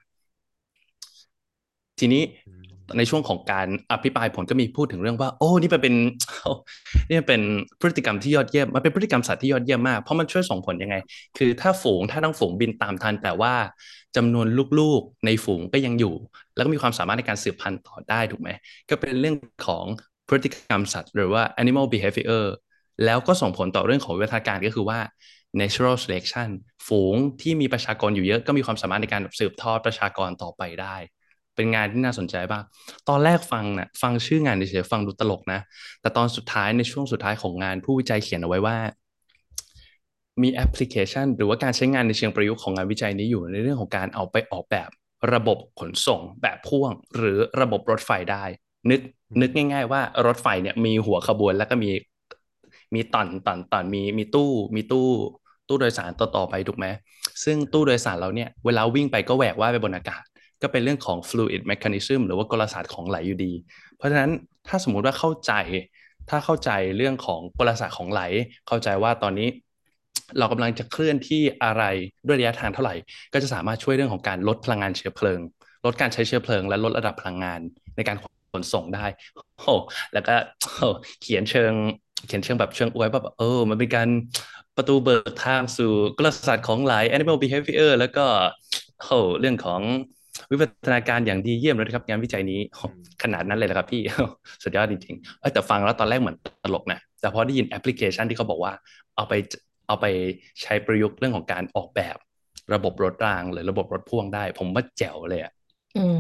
ทีนี้อืในช่วงมของการอภิปรายผลก็มีพูดถึงเรื่องว่าโอ้นี่มันเป็นนี่มันเป็นพฤติกรรมที่ยอดเยี่ยมมันเป็นพฤติกรรมสัตว์ที่ยอดเยี่ยมมากเพราะมันช่วยส่งผลยังไงคือถ้าทั้งฝูงบินตามทันแต่ว่าจำนวนลูกๆในฝูงก็ยังอยู่แล้วก็มีความสามารถในการสืบพันธุ์ต่อได้ถูกไหมก็เป็นเรื่องของพฤติกรรมสัตว์หรือว่า animal behavior แล้วก็ส่งผลต่อเรื่องของวิวัฒนาการก็คือว่า natural selection ฝูงที่มีประชากรอยู่เยอะก็มีความสามารถในการสืบทอดประชากรต่อไปได้ เป็นงานที่น่าสนใจบ้างตอนแรกฟังนะฟังชื่องานเฉยๆฟังดูตลกนะแต่ตอนสุดท้ายในช่วงสุดท้ายของงานผู้วิจัยเขียนเอาไว้ว่ามีแอปพลิเคชันหรือว่าการใช้งานในเชิงประยุกต์ของงานวิจัยนี้อยู่ในเรื่องของการเอาไปออกแบบระบบขนส่งแบบพ่วงหรือระบบรถไฟได้นึกอืมนึกง่ายๆว่ารถไฟเนี่ยมีหัวขบวนแล้วก็มีตอนมีตู้โดยสารต่อๆไปถูกไหมซึ่งตู้โดยสารเราเนี่ยเวลาวิ่งไปก็แหวกว่ายไปบนอากาศ ก็เป็นเรื่องของ fluid mechanism หรือว่ากลศาสตร์ของไหลอยู่ดี เพราะฉะนั้นถ้าสมมุติว่าเข้าใจเรื่องของกลศาสตร์ของไหลเข้าใจว่าตอนนี้เรากำลังจะเคลื่อนที่อะไรด้วยระยะทางเท่าไหร่ก็จะสามารถช่วยเรื่องของการลดพลังงานเชื้อเพลิงลดการใช้เชื้อเพลิงและลดระดับพลังงานในการขนส่งได้โอ้แล้วก็เขียนเชิงเขียนเชิงแบบเชิงอวยว่าแบบมันเป็นการประตูเบิกทางสู่กลศาสตร์ของไหล animal behavior แล้วก็เรื่องของ วิวัฒนาการอย่างดีเยี่ยมเลยนะครับงานวิจัยนี้อืมขนาดนั้นเลยเหรอครับพี่สุดยอดจริงๆแต่ฟังแล้วตอนแรกเหมือนตลกนะแต่พอได้ยินแอปพลิเคชันที่เขาบอกว่าเอาไปเอาไปใช้ประยุกต์เรื่องของการออกแบบระบบรถรางหรือระบบรถพ่วงได้ผมว่าแจ๋วเลยอ่ะอืม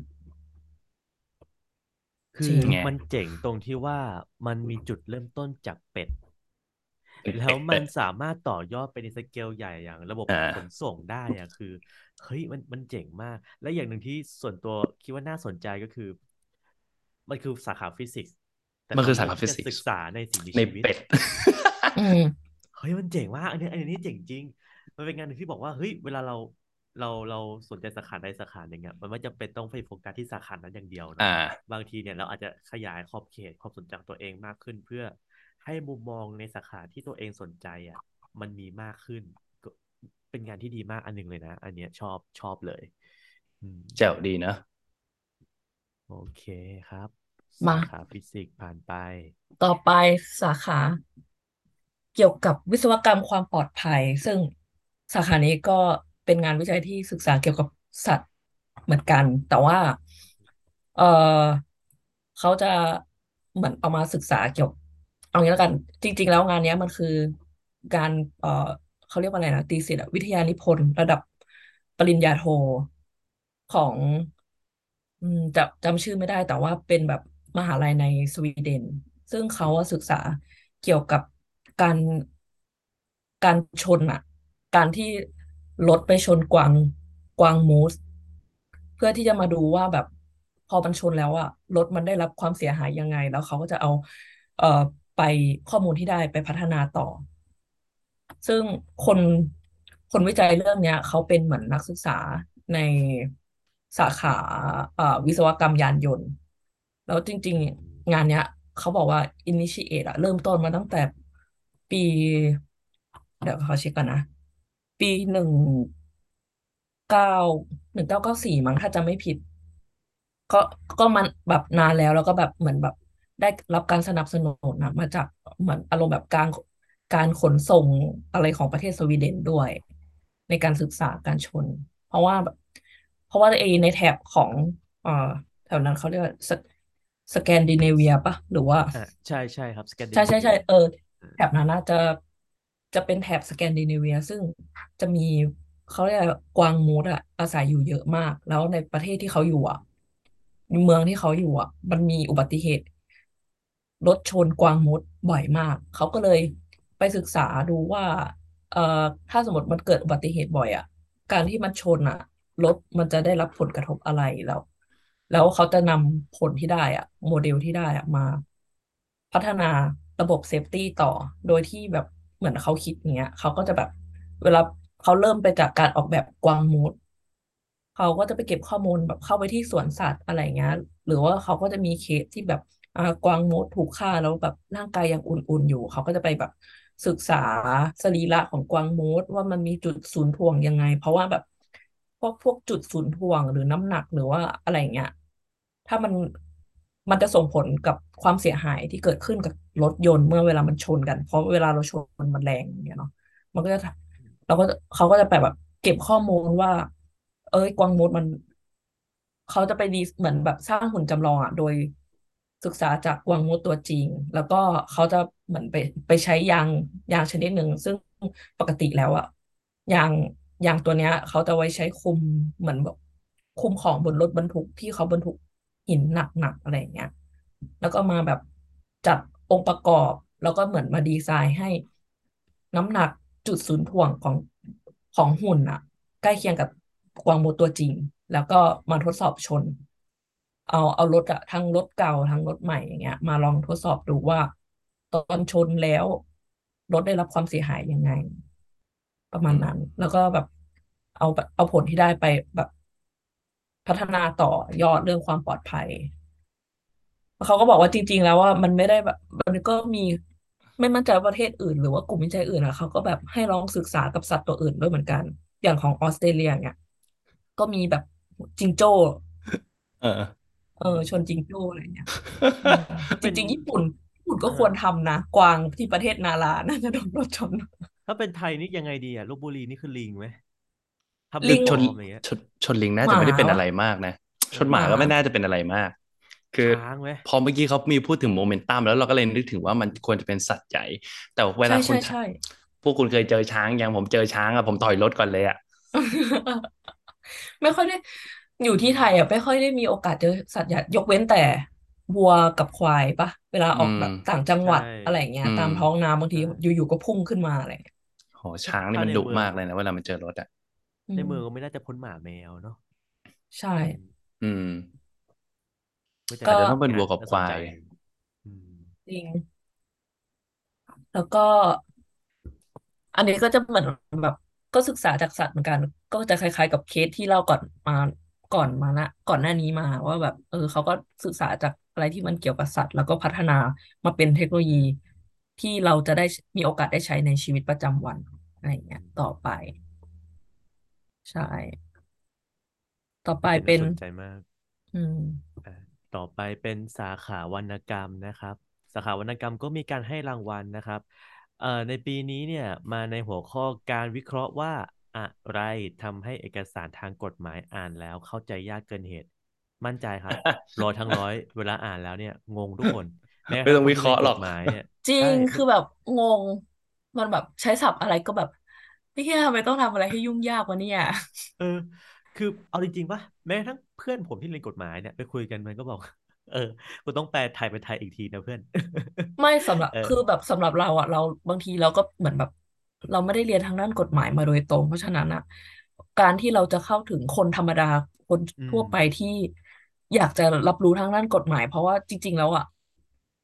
คือจริงไงมันเจ๋งตรงที่ว่ามันมีจุดเริ่มต้นจากเป็ดเป็นแล้วมันเป็ดสามารถต่อยอดไปในสเกลใหญ่อย่างระบบอ่ขนาส่งได้อะคือเฮ้ยมันเจ๋งมากและอย่างหนึ่งที่ส่วนตัวคิดว่าน่าสนใจก็คือมันคือสาขาฟิสิกส์แต่มันคือสาเขาเลือกที่ขาฟิสิกส์จะศึกษาในสิ่งมีในชีวิตเป็ดอืมเฮ้ยมันเจ๋งมากอันนี้เจ๋งจริงมันเป็นงานหนึ่งที่บอกว่าเฮ้ยเวลาเราสนใจสาขาใดสาขาหนึ่งอ่ะมันไม่จำเป็นต้องไปโฟกัสที่สาขานั้นอย่างเดียวอ่าเนาะบางทีเนี่ยเราอาจจะขยายขอบเขตความสนใจของตัวเองมากขึ้นเพื่อให้มุมมองในสาขาที่ตัวเองสนใจอ่ะ มันมีมากขึ้นก็เป็นงานที่ดีมากอันหนึ่งเลยนะอันเนี้ยชอบเลยอืมแจ๋วดีนะโอเคครับมาสาขาฟิสิกส์ผ่านไปต่อไปสาขาเกี่ยวกับวิศวกรรมความปลอดภัยซึ่งสาขานี้ก็เป็นงานวิจัยที่ศึกษาเกี่ยวกับสัตว์เหมือนกันแต่ว่าเออเขาจะเหมือนเอามาศึกษาเกี่ยวเอางี้แล้วกันจริงๆแล้วงานเนี้ยมันคือการเขาเรียกว่าอะไรนะตีสิทอะวิทยานิพนธ์ระดับปริญญาโทของจำชื่อไม่ได้แต่ว่าเป็นแบบมหาลัยในสวีเดนซึ่งเขาอะศึกษาเกี่ยวกับการการชนอะการที่รถไปชนกวางมูสเพื่อที่จะมาดูว่าแบบพอมันชนแล้วอะรถมันได้รับความเสียหายยังไงแล้วเขาก็จะเอาเอ่อไปข้อมูลที่ได้ไปพัฒนาต่อ ซึ่งคนคนวิจัยเรื่องเนี้ยเขาเป็นเหมือนนักศึกษาในสาขาวิศวกรรมยานยนต์แล้วจริงอืมๆงานเนี้ยเขาบอกว่า initiate อะเริ่มต้นมาตั้งแต่ปีเดี๋ยวเขาเช็คกันนะปีเก้า1994มั้งถ้าจำไม่ผิด ก็ก็มันแบบนานแล้วแล้วก็แบบเหมือนแบบได้รับการสนับสนุนนะมาจากเหมือนอารมณ์แบบการขนส่งอะไรของประเทศสวีเดนด้วยในการศึกษาการชนเพราะว่าแบบเพราะว่าในแถบของเอ่อแถวนั้นเขาเรียกว่าสแกนดิเนเวียปะหรือว่าอ่ะใช่ใช่ครับสแกนดิใช่เนเวียใช่ใช่แถบนั้นน่าจะเป็นแถบสแกนดิเนเวียซึ่งจะมีเขาเรียกอะไรกวางมูสอะอาศัยอยู่เยอะมากแล้วในประเทศที่เขาอยู่อะเมืองที่เขาอยู่อะมันมีอุบัติเหตุรถชนกวางมูสบ่อยมากเขาก็เลยไปศึกษาดูว่าเอ่อถ้าสมมติมันเกิดอุบัติเหตุบ่อยอะการที่มันชนอะรถมันจะได้รับผลกระทบอะไรแล้วเขาจะนำผลที่ได้อะโมเดลที่ได้อะมาพัฒนาระบบเซฟตี้ต่อโดยที่แบบเหมือนเขาคิดอย่างเงี้ยเขาก็จะแบบเวลาเขาเริ่มไปจากการออกแบบกวางมูสเขาก็จะไปเก็บข้อมูลแบบเข้าไปที่สวนสัตว์อะไรเงี้ยหรือว่าเขาก็จะมีเคสที่แบบกวางมูสถูกฆ่าแล้วแบบร่างกายยังอุ่นๆอยู่เขาก็จะไปแบบศึกษาสรีระของกวางมูสว่ามันมีจุดศูนย์ถ่วงยังไงเพราะว่าแบบ พวกจุดศูนย์ถ่วงหรือน้ำหนักหรือว่าอะไรเงี้ยถ้ามันจะส่งผลกับความเสียหายที่เกิดขึ้นกับรถยนต์เมื่อเวลามันชนกันเพราะเวลาเราชนมันแรงอย่างเงี้ยเนาะมันก็จะเราก็เขาก็จะแบบเก็บข้อมูลว่ากวางมูดมันเขาจะไปดีเหมือนแบบสร้างหุ่นจำลองอ่ะโดยศึกษาจากกวางมูดตัวจริงแล้วก็เขาจะเหมือนไปใช้ยางชนิดหนึ่งซึ่งปกติแล้วอ่ะ ยางยางตัวเนี้ยเขาจะไว้ใช้คุมเหมือนแบบคุมของบนรถบรรทุกที่เขาบรรทุกหินหนักๆอะไรอย่างเงี้ยแล้วก็มาแบบจัดองค์ประกอบแล้วก็เหมือนมาดีไซน์ให้น้ำหนักจุดศูนย์ถ่วงของหุ่นอะใกล้เคียงกับกวางโมตัวจริงแล้วก็มาทดสอบชนเอารถอะทั้งรถเก่าทั้งรถใหม่อย่างเงี้ยมาลองทดสอบดูว่าตอนชนแล้วรถได้รับความเสียหายยังไง ประมาอืณนั้นมแล้วก็แบบเอาผลที่ได้ไปแบบพัฒนาต่อยอดเรื่องความปลอดภัยเขาก็บอกว่าจริงๆแล้วว่ามันไม่ได้แบบมันก็มีไม่มั่นใจว่าประเทศอื่นหรือว่ากลุ่มวิจัยอื่นอะเขาก็แบบให้ลองศึกษากับสัตว์ตัวอื่นด้วยเหมือนกันอย่างของออสเตรเลียเนี่ยก็มีแบบจิงโจ้เออชนจิงโจ้อะไรเนี่ยอืมถ้าเป็นจริงๆญี่ปุ่นก็อ่าฮะควรทำนะกวางที่ประเทศนาราน่าจะโดนรถชนถ้าเป็นไทยนี่ยังไงดีอ่ะลพบุรีนี่คือลิงไหมทำเป็นลิงฟอร์มอย่างเงี้ยชนลิงน่าหมาจะไม่ได้เป็นอะวะไรมากนะชนหมาหมาก็ไม่น่าจะเป็นอะไรมากคือช้างไหมพอเมื่อกี้เขามีพูดถึงโมเมนตัมแล้วเราก็เลยนึกถึงว่ามันควรจะเป็นสัตว์ใหญ่แต่เวใช่ลาคุณใช่ใช่พวกคุณเคยเจอช้างยังผมเจอช้างอะผมถอยรถก่อนเลยอะไม่ค่อยได้อยู่อืมที่ไทยอ่ะไม่ค่อยได้มีโอกาสเจอสัตว์ใหญ่ยกเว้นแต่วัวกับควายปะเวลาอืมออกแบบต่างจังหใช่วัดอะไรเงี้ยอืมตามท้องนาบางทีใช่อยู่ๆก็พุ่งขึ้นมาอะไรเงี้ยโหช้างนี่มันดุถ้าในเมืองมากเลยนะเวลามันเจอรถอะอืมในเมืองก็ไม่น่าจะพ้นหมาแมวเนาะใช่อืมอืมแต่ก็อาจจะต้องเป็นวัวกับน่าสนใจควายอืมจริงแล้วก็อันนี้ก็จะเหมือนแบบก็ศึกษาจากสัตว์เหมือนกันก็จะคล้ายๆกับเคสที่เล่าก่อนหน้านี้มาว่าแบบเขาก็ศึกษาจากอะไรที่มันเกี่ยวกับสัตว์แล้วก็พัฒนามาเป็นเทคโนโลยีที่เราจะได้มีโอกาสได้ใช้ในชีวิตประจำวันอะไรอย่างเงี้ยต่อไปใช่ต่อไปเป็นแต่น่าสนใจมากอืมอ่าต่อไปเป็นสาขาวรรณกรรมนะครับสาขาวรรณกรรมก็มีการให้รางวัลนะครับในปีนี้เนี่ยมาในหัวข้อการวิเคราะห์ว่าอะไรทำให้เอกสารทางกฎหมายอ่านแล้วเข้าใจยากเกินเหตุมั่นใจครับ100 ทั้ง 100เวลาอ่านแล้วเนี่ยงงทุกคนแม้กระไม่ต้องทั่งคนที่เรียนวิเคราะห์หรอกกฎหมายเนี่ยจริใช่งไม่คือแบบงงมันแบบใช้ศัพท์อะไรก็แบบไม่ใช่ทำไมต้องทำอะไรให้ยุ่งยากวะเนี่ยเออคือเอาจริงๆป่ะแม้กระทั่งเพื่อนผมที่เรียนกฎหมายเนี่ยไปคุยกันมันก็บอกเออกูต้องแปลไทยเป็นไทยอีกทีนะเพื่อนไม่สำหรับเออคือแบบสำหรับเราอ่ะเราบางทีเราก็เหมือนแบบเราไม่ได้เรียนทางด้านกฎหมายมาโดยตรงเพราะฉะนั้นอ่ะการที่เราจะเข้าถึงคนธรรมดาคนทั่อืมวไปที่อยากจะรับรู้ทางด้านกฎหมายเพราะว่าจริงๆแล้วอ่ะ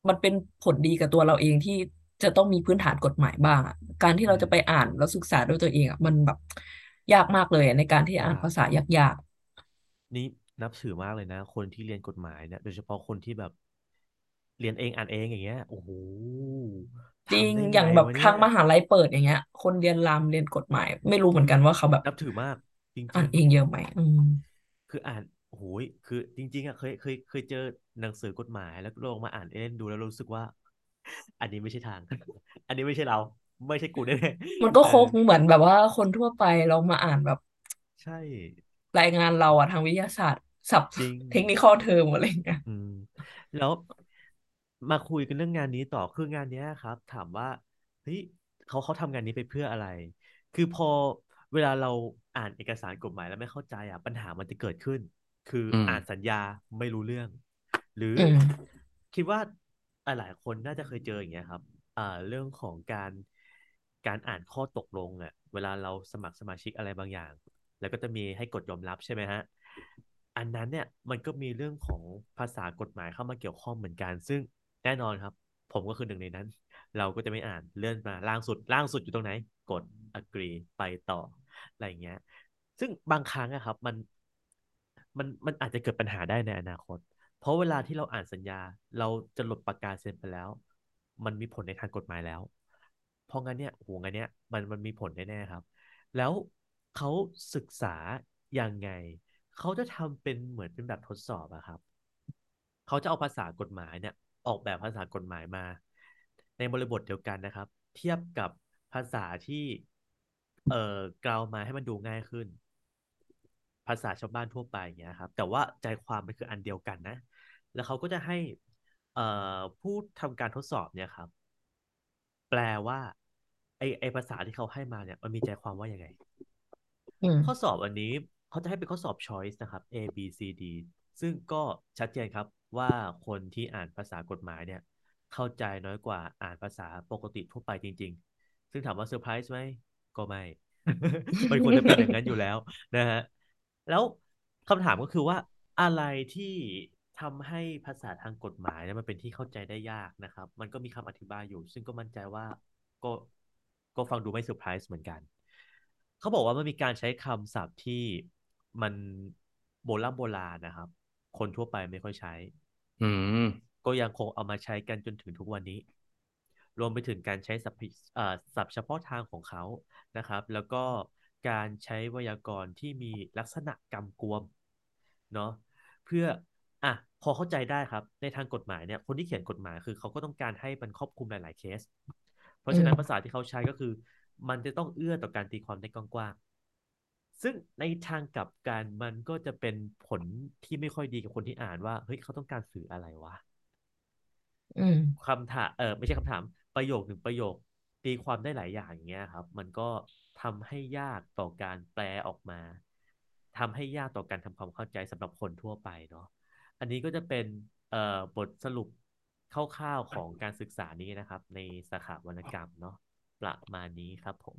มันเป็นผลดีกับตัวเราเองที่จะต้องมีพื้นฐานกฎหมายบ้างอะการที่อืมเราจะไปอ่านแล้วศึกษาด้วยตัวเองอ่ะมันแบบยากมากเลยอะในการที่อ่านยากภาษายากนี่นับถือมากเลยนะคนที่เรียนกฎหมายเนี่ยโดยเฉพาะคนที่แบบเรียนเองอ่านเองอย่างเงี้ยโอ้โหๆจริงทำได้ไงอย่างแบบวะเนี่ยทางมหาลัยเปิดอย่างเงี้ยคนเรียนรามเรียนกฎหมายไม่รู้เหมือนกันว่าเขาแบบนับถือมากจอ่านริงเองเยอะไหมคืออ่านโอ้โหคือจริงๆอ่ะเคยเจอหนังสือกฎหมายแล้วลองมาอ่านเล่นดูแล้วรู้สึกว่าอันนี้ไม่ใช่ทางอันนี้ไม่ใช่เราไม่ใช่กูแน่มันๆก็คงเหมือนแบบว่าคนทั่วไปเรามาอ่านแบบใช่รายงานเราอะทางวิทยาศาสตร์ศัพท์จริงเทคนิคอลเทอมอะไรอย่างเงี้ยอืมแล้วมาคุยกันเรื่องงานนี้ต่อคืองานเนี้ยครับถามว่าเฮ้ยเขาทำงานนี้ไปเพื่ออะไรคือพอเวลาเราอ่านเอกสารกฎหมายแล้วไม่เข้าใจอ่ะปัญหามันจะเกิดขึ้นคืออืมอ่านสัญญาไม่รู้เรื่องหรืออืมคิดว่าหลายคนน่าจะเคยเจออย่างเงี้ยครับเรื่องของการอ่านข้อตกลงอ่ะเวลาเราสมัครสมาชิกอะไรบางอย่าง แล้วก็จะมีให้กดยอมรับใช่ไหมฮะอันนั้นเนี่ยมันก็มีเรื่องของภาษากฎหมายเข้ามาเกี่ยวข้องเหมือนกันซึ่งแน่นอนครับผมก็คือหนึ่งในนั้นเราก็จะไม่อ่านเลื่อนมาล่างสุดอยู่ตรงไหนกด agree ไปต่ออะไรอย่างเงี้ยซึ่งบางครั้งอะครับมันอาจจะเกิดปัญหาได้ในอนาคตเพราะเวลาที่เราอ่านสัญญาเราจะหลดปากกาเซ็นไปแล้วมันมีผลในทางกฎหมายแล้วเพราะงั้นเนี่ยโอ้โหงั้นเนี่ยมันมีผลแน่ๆครับ แล้วเขาศึกษายังไง เขาจะทำเป็นเหมือนเป็นแบบทดสอบอะครับ เขาจะเอาภาษากฎหมายเนี่ยออกแบบภาษากฎหมายมาในบริบทเดียวกันนะครับเทียบกับภาษาที่กล่าวมาให้มันดูง่ายขึ้นภาษาชาวบ้านทั่วไปอย่างเงี้ยครับแต่ว่าใจความมันคืออันเดียวกันนะแล้วเขาก็จะให้ผู้ทำการทดสอบเนี่ยครับแปลว่าไอภาษาที่เขาให้มาเนี่ยมันมีใจความว่ายังไงอืมข้อสอบอันนี้เขาจะให้เป็นข้อสอบ choice นะครับ A B C D ซึ่งก็ชัดเจนครับว่าคนที่อ่านภาษากฎหมายเนี่ยเข้าใจน้อยกว่าอ่านภาษาปกติทั่วไปจริงๆซึ่งถามว่าเซอร์ไพรส์ไหมก็ไม่มันควรจะเป็นอย่างนั้นอยู่แล้วนะฮะแล้วคำถามก็คือว่าอะไรที่ทำให้ภาษาทางกฎหมายเนี่ยมันเป็นที่เข้าใจได้ยากนะครับมันก็มีคำอธิบายอยู่ซึ่งก็มั่นใจว่าก็ก็ฟังดูไม่เซอร์ไพรส์เหมือนกัน เขาบอกว่ามันมีการใช้คำศัพท์ที่มันโบราณนะครับ คนทั่วไปไม่ค่อยใช้อืมก็ยังคงเอามาใช้กันจนถึงทุกวันนี้ รวมไปถึงการใช้ศัพท์เฉพาะทางของเขานะครับ แล้วก็การใช้ไวยากรณ์ที่มีลักษณะกำกวมเนาะเพื่ออ่ะพอเข้าใจได้ครับ ในทางกฎหมายเนี่ยคนที่เขียนกฎหมายคือเขาก็ต้องการให้มันครอบคลุมหลายๆเคส เพราะฉะนั้นภาษาอืมที่เขาใช้ก็คือมันจะต้องเอื้อต่อการตีความได้กว้างๆซึ่งในทางกลับกันมันก็จะเป็นผลที่ไม่ค่อยดีกับคนที่อ่านว่าเฮ้ยเขาต้องการสื่ออะไรวะอืมคำถามไม่ใช่คำถามประโยคหนึ่งประโยคตีความได้หลายอย่างอย่างเงี้ยครับมันก็ทำให้ยากต่อการแปลออกมาทำให้ยากต่อการทำความเข้าใจสำหรับคนทั่วไปเนาะอันนี้ก็จะเป็นบทสรุปคร่าวๆของการศึกษานี้นะครับในสาขาวรรณกรรมเนาะประมาณนี้ครับผม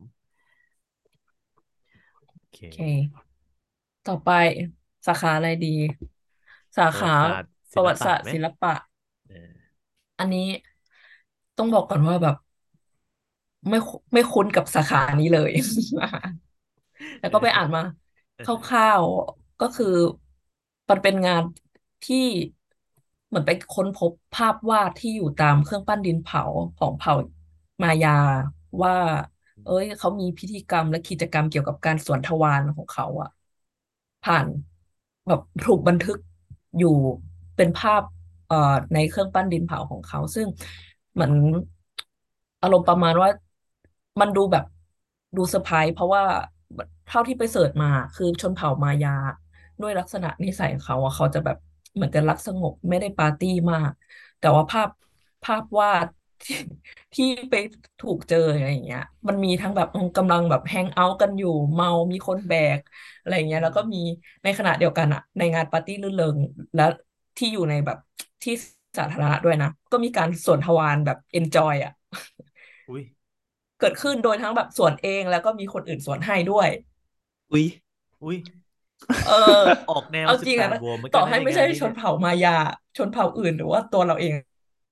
โอเคโอเคต่อไปสาขาอะไรดีสาขาประวัติศาสตร์ศิประวัติศาสตร์ลปะไหมศิลปะเอออันนี้ต้องบอกก่อนว่าแบบไม่คุ้นกับสาขานี้เลย แล้วเอก็ไปอ่านมาอเอคอร่าวๆก็คือมันเป็นงานที่เหมือนไปค้นพบภาพวาดที่อยู่ตามเครื่องปั้นดินเผาของเผ่ามายาว่าเอ้ยเขามีพิธีกรรมและกิจกรรมเกี่ยวกับการสวนทวารของเขาอะผ่านแบบถูกบันทึกอยู่เป็นภาพในเครื่องปั้นดินเผาของเขาซึ่งเหมือนอารมณ์ประมาณว่ามันดูแบบดูเซอร์ไพรส์เพราะว่าเท่าที่ไปเสิร์ชมาคือชนเผ่ามายาด้วยลักษณะนิสัยของเขาอะเขาจะแบบเหมือนจะรักสงบไม่ได้ปาร์ตี้มากแต่ว่าภาพวาดที่ที่ไปถูกเจออะไรอย่างเงี้ยมันมีทั้งแบบกำลังแบบแฮงเอาท์กันอยู่เมามีคนแบกอะไรอย่างเงี้อืมยแล้วก็มีในขณะเดียวกันอะในงานปาร์ตี้รื่นเริงและที่อยู่ในแบบที่สาธารณะด้วยนะก็มีการสวนทวารแบบเอนจอยอะอุ้ยเกิดขึ้นโดยทั้งแบบสวนเองแล้วก็มีคนอื่นสวนให้ด้วยอุ๊ยอุ้ยเออออกแนวเอาสิบแปจริงอะนะดบวกเหมือนต่อให้กันนะในไม่ใช่ชนงานนี้เนี่ยเผ่ามายาชนเผ่าอื่นหรือว่าตัวเราเอง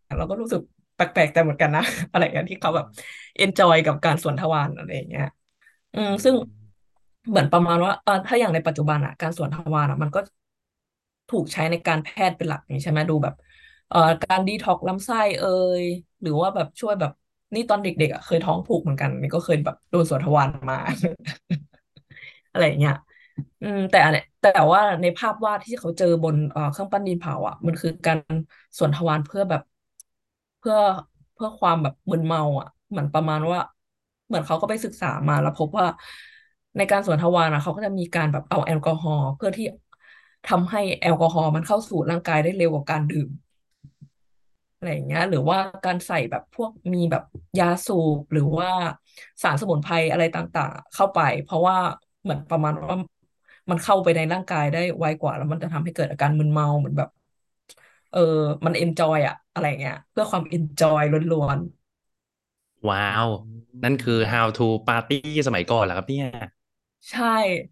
เราก็รู้สึกแปลกๆแต่เหมือนกันนะอะไรอย่างเงี้ยที่เขาอืแบบมเอนจอยกับการสวนทวารอะไรอย่างเงี้ยอืซึ่งมเหมือนประมาณว่าถ้าอย่างในปัจจุบันอ่ะการสวนทวารอ่ะมันก็ถูกใช้ในการแพทย์เป็นหลักนี่ใช่ไหมดูแบบการดีท็อกลำไส้ยหรือว่าแบบช่วยแบบนี่ตอนเด็กๆอ่ะเคยท้องผูกเหมือนกันนี่ก็เคยแบบโดนสวนทวารมาอะไรอย่างเงี้ยแต่อันเนี้ยแต่ว่าในภาพวาดที่เขาเจอบนเครื่องปั้นดินเผาอ่ะมันคือการสวนทวารเพื่อแบบเพื่อเพื่อความแบบมึนเมาอ่ะเหมือนประมาณว่าเหมือนเขาก็ไปศึกษามาแล้วพบว่าในการสวนทวารอ่ะเขาก็จะมีการแบบเอาแอลกอฮอล์เพื่อที่ทำให้แอลกอฮอล์มันเข้าสู่ร่างกายได้เร็วกว่าการดื่ม อะไรอย่างเงี้ยหรือว่าการใส่แบบพวกมีแบบยาสูบหรือว่าสารสมุนไพรอะไรต่างๆเข้าไปเพราะว่าเหมือนประมาณว่ามันเข้าไปในร่างกายได้ไวกว่าแล้วมันจะทำให้เกิดอาการมึนเมาเหมือนแบบเออมันเอนจอยอะอะไรเงี้ยเพื่อความเอนจอยล้วนว้าอืวนั่นคือม how to party สมัยก่อนเหรอครับเนี่ยๆใช่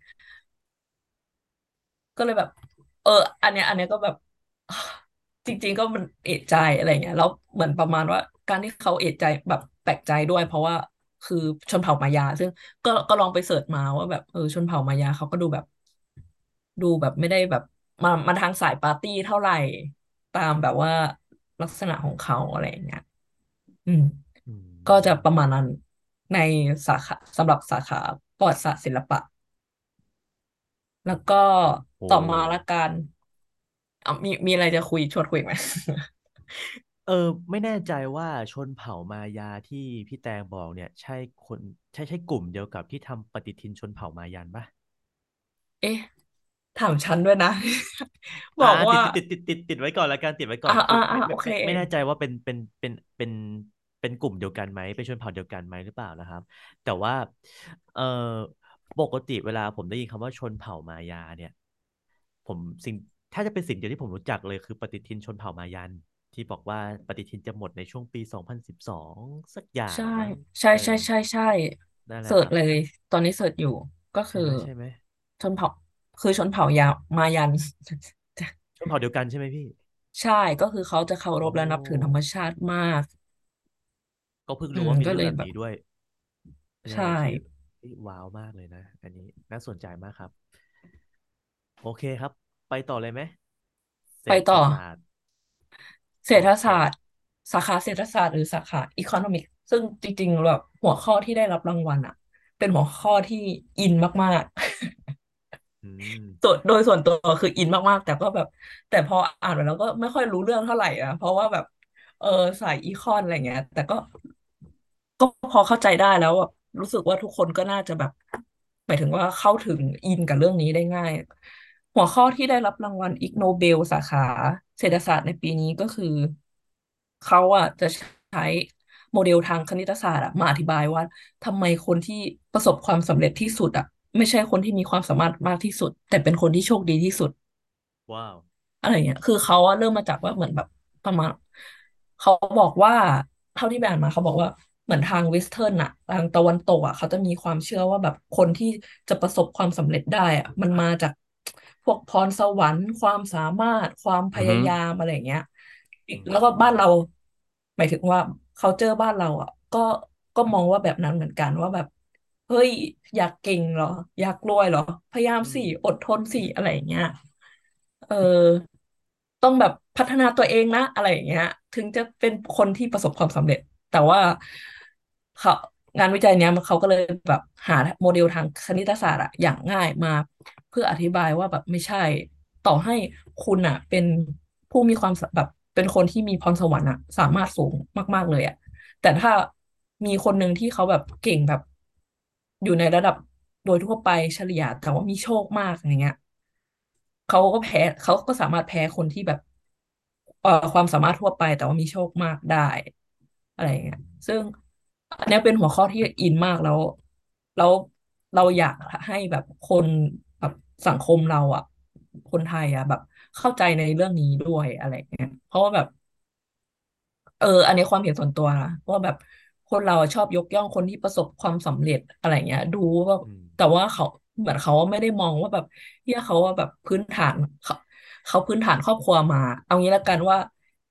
ก็เลยแบบเอออันเนี้ยก็แบบจริงๆก็มันเอะใจอะไรเงี้ยแล้วเหมือนประมาณว่าการที่เขาเอะใจแบบแปลกใจด้วยเพราะว่าคือชนเผ่ามายาซึ่งก็ลองไปเสิร์ชมาว่าแบบชนเผ่ามายาเขาก็ดูแบบไม่ได้แบบมาทางสายปาร์ตี้เท่าไหร่ตามแบบว่าลักษณะของเขาอะไรอย่างเงี้ยอืมอืก็จะมประมาณนั้นในสาขาสำหรับสาขาประวัติศาสตร์ศิลปะแล้วก็โอ้ต่อมาละกันมีอะไรจะคุยชวนคุยไหมเออไม่แน่ใจว่าชนเผ่ามายาที่พี่แตงบอกเนี่ยใช่คนใช่กลุ่มเดียวกับที่ทำปฏิทินชนเผ่ามายันปะเอ๊ะถามฉันด้วยนะบอ่าอกว่าติดไว้ก่อนละกันติดไว้ก่อนคือโอเคไม่แน่ใจว่าเป็นกลุ่มเดียวกันไหมเป็นชนเผ่าเดียวกันไหมหรือเปล่านะครับแต่ว่าเออปกติเวลาผมได้ยินคำว่าชนเผ่ามายาเนี่ยผมสิ่งถ้าจะเป็นสิ่งเดียวที่ผมรู้จักเลยคือปฏิทินชนเผ่ามายันที่บอกว่าปฏิทินจะหมดในช่วงปี2012สักอย่าใช่งมั้งใช่เออใช่ใช่ใช่นั่นแหละครับเสิร์ชเลยตอนนี้เสิร์ชอยู่ก็ใช่คือไหมใช่ไหมชนเผ่าคือชนเผ่ายามายันชนเผ่าเดียวกันใช่ไหมพี่ใช่ก็คือเขาจะเคารโอ้พและนับถือธรรมชาติมากก็เพิ่งรู้ว่ามีเรื่องก็เลยแบบแบบนี้ด้วย เป็นอะใช่ไรที่ว้าวมากเลยนะอันนี้น่าสนใจมากครับโอเคครับไปต่อเลยไหมเศรษฐไปต่อศาสตร์เศรษฐโอเคศาสตร์สาขาเศรษฐศาสตร์หรือสาขาอีโคโนมิกซึ่งจริงๆแบบหัวข้อที่ได้รับรางวัลอะเป็นหัวข้อที่อินมากๆอืมโดยส่วนตัวคืออินมากๆแต่ก็แบบแต่พออ่านไปแล้วก็ไม่ค่อยรู้เรื่องเท่าไหร่อะเพราะว่าแบบเออสายอีคอนอะไรเงี้ยแต่ก็พอเข้าใจได้แล้วแบบรู้สึกว่าทุกคนก็น่าจะแบบหมายถึงว่าเข้าถึงอินกับเรื่องนี้ได้ง่ายหัวข้อที่ได้รับรางวัลอิกโนเบลสาขาเศรษฐศาสตร์ในปีนี้ก็คือเขาอะจะใช้โมเดลทางคณิตศาสตร์อะมาอธิบายว่าทำไมคนที่ประสบความสำเร็จที่สุดอะไม่ใช่คนที่มีความสามารถมากที่สุดแต่เป็นคนที่โชคดีที่สุดว้าวอะไรเงี้ยคือเขาอะเริ่มมาจากว่าเหมือนแบบประมาณเขาบอกว่าเท่าที่ไปอ่านมาเขาบอกว่าเหมือนทางเวสเทิร์นอะทางตะวันตกอะเขาจะมีความเชื่อว่าแบบคนที่จะประสบความสำเร็จได้อะมันมาจากพวกพรสวรรค์ความสามารถความพอือฮึยายามอะไรเงี้ยอืแล้วก็บ้านมเราหมายถึงว่าcultureบ้านเราอะก็มองว่าแบบนั้นเหมือนกันว่าแบบเฮ้ยอยากเก่งเหรออยากรวยเหรอพยายามสิอืมอดทนสิอะไรอย่างเงี้ย เออต้องแบบพัฒนาตัวเองนะอะไรอย่างเงี้ยถึงจะเป็นคนที่ประสบความสำเร็จแต่ว่าเขางานวิจัยเนี้ยเขาก็เลยแบบหาโมเดลทางคณิตศาสตร์อะอย่างง่ายมาเพื่ออธิบายว่าแบบไม่ใช่ต่อให้คุณอะเป็นผู้มีความสแบบเป็นคนที่มีพรสวรรค์อะสามารถสูงมากๆเลยอะแต่ถ้ามีคนหนึ่งที่เขาแบบเก่งแบบอยู่ในระดับโดยทั่วไปเฉลี่ยแต่ว่ามีโชคมากอย่างเงี้ย เขาก็สามารถแพ้คนที่แบบความสามารถทั่วไปแต่ว่ามีโชคมากได้อะไรอย่างเงี้ยซึ่งอันเนี้ยเป็นหัวข้อที่อินมากแล้วเราอยากให้แบบคนแบบสังคมเราอ่ะคนไทยอ่ะแบบเข้าใจในเรื่องนี้ด้วยอะไรอย่างเงี้ยเพราะว่าแบบ อันนี้ความเห็นส่วนตัวนะว่าแบบคนเราอะชอบยกย่องคนที่ประสบความสำเร็จอะไรเงี้ยดูว่าอืมแต่ว่าเขาเหมือนเขาไม่ได้มองว่าแบบเขาว่าแบบพื้นฐานเขาพื้นฐานครอบครัวมาเอางี้ละกันว่า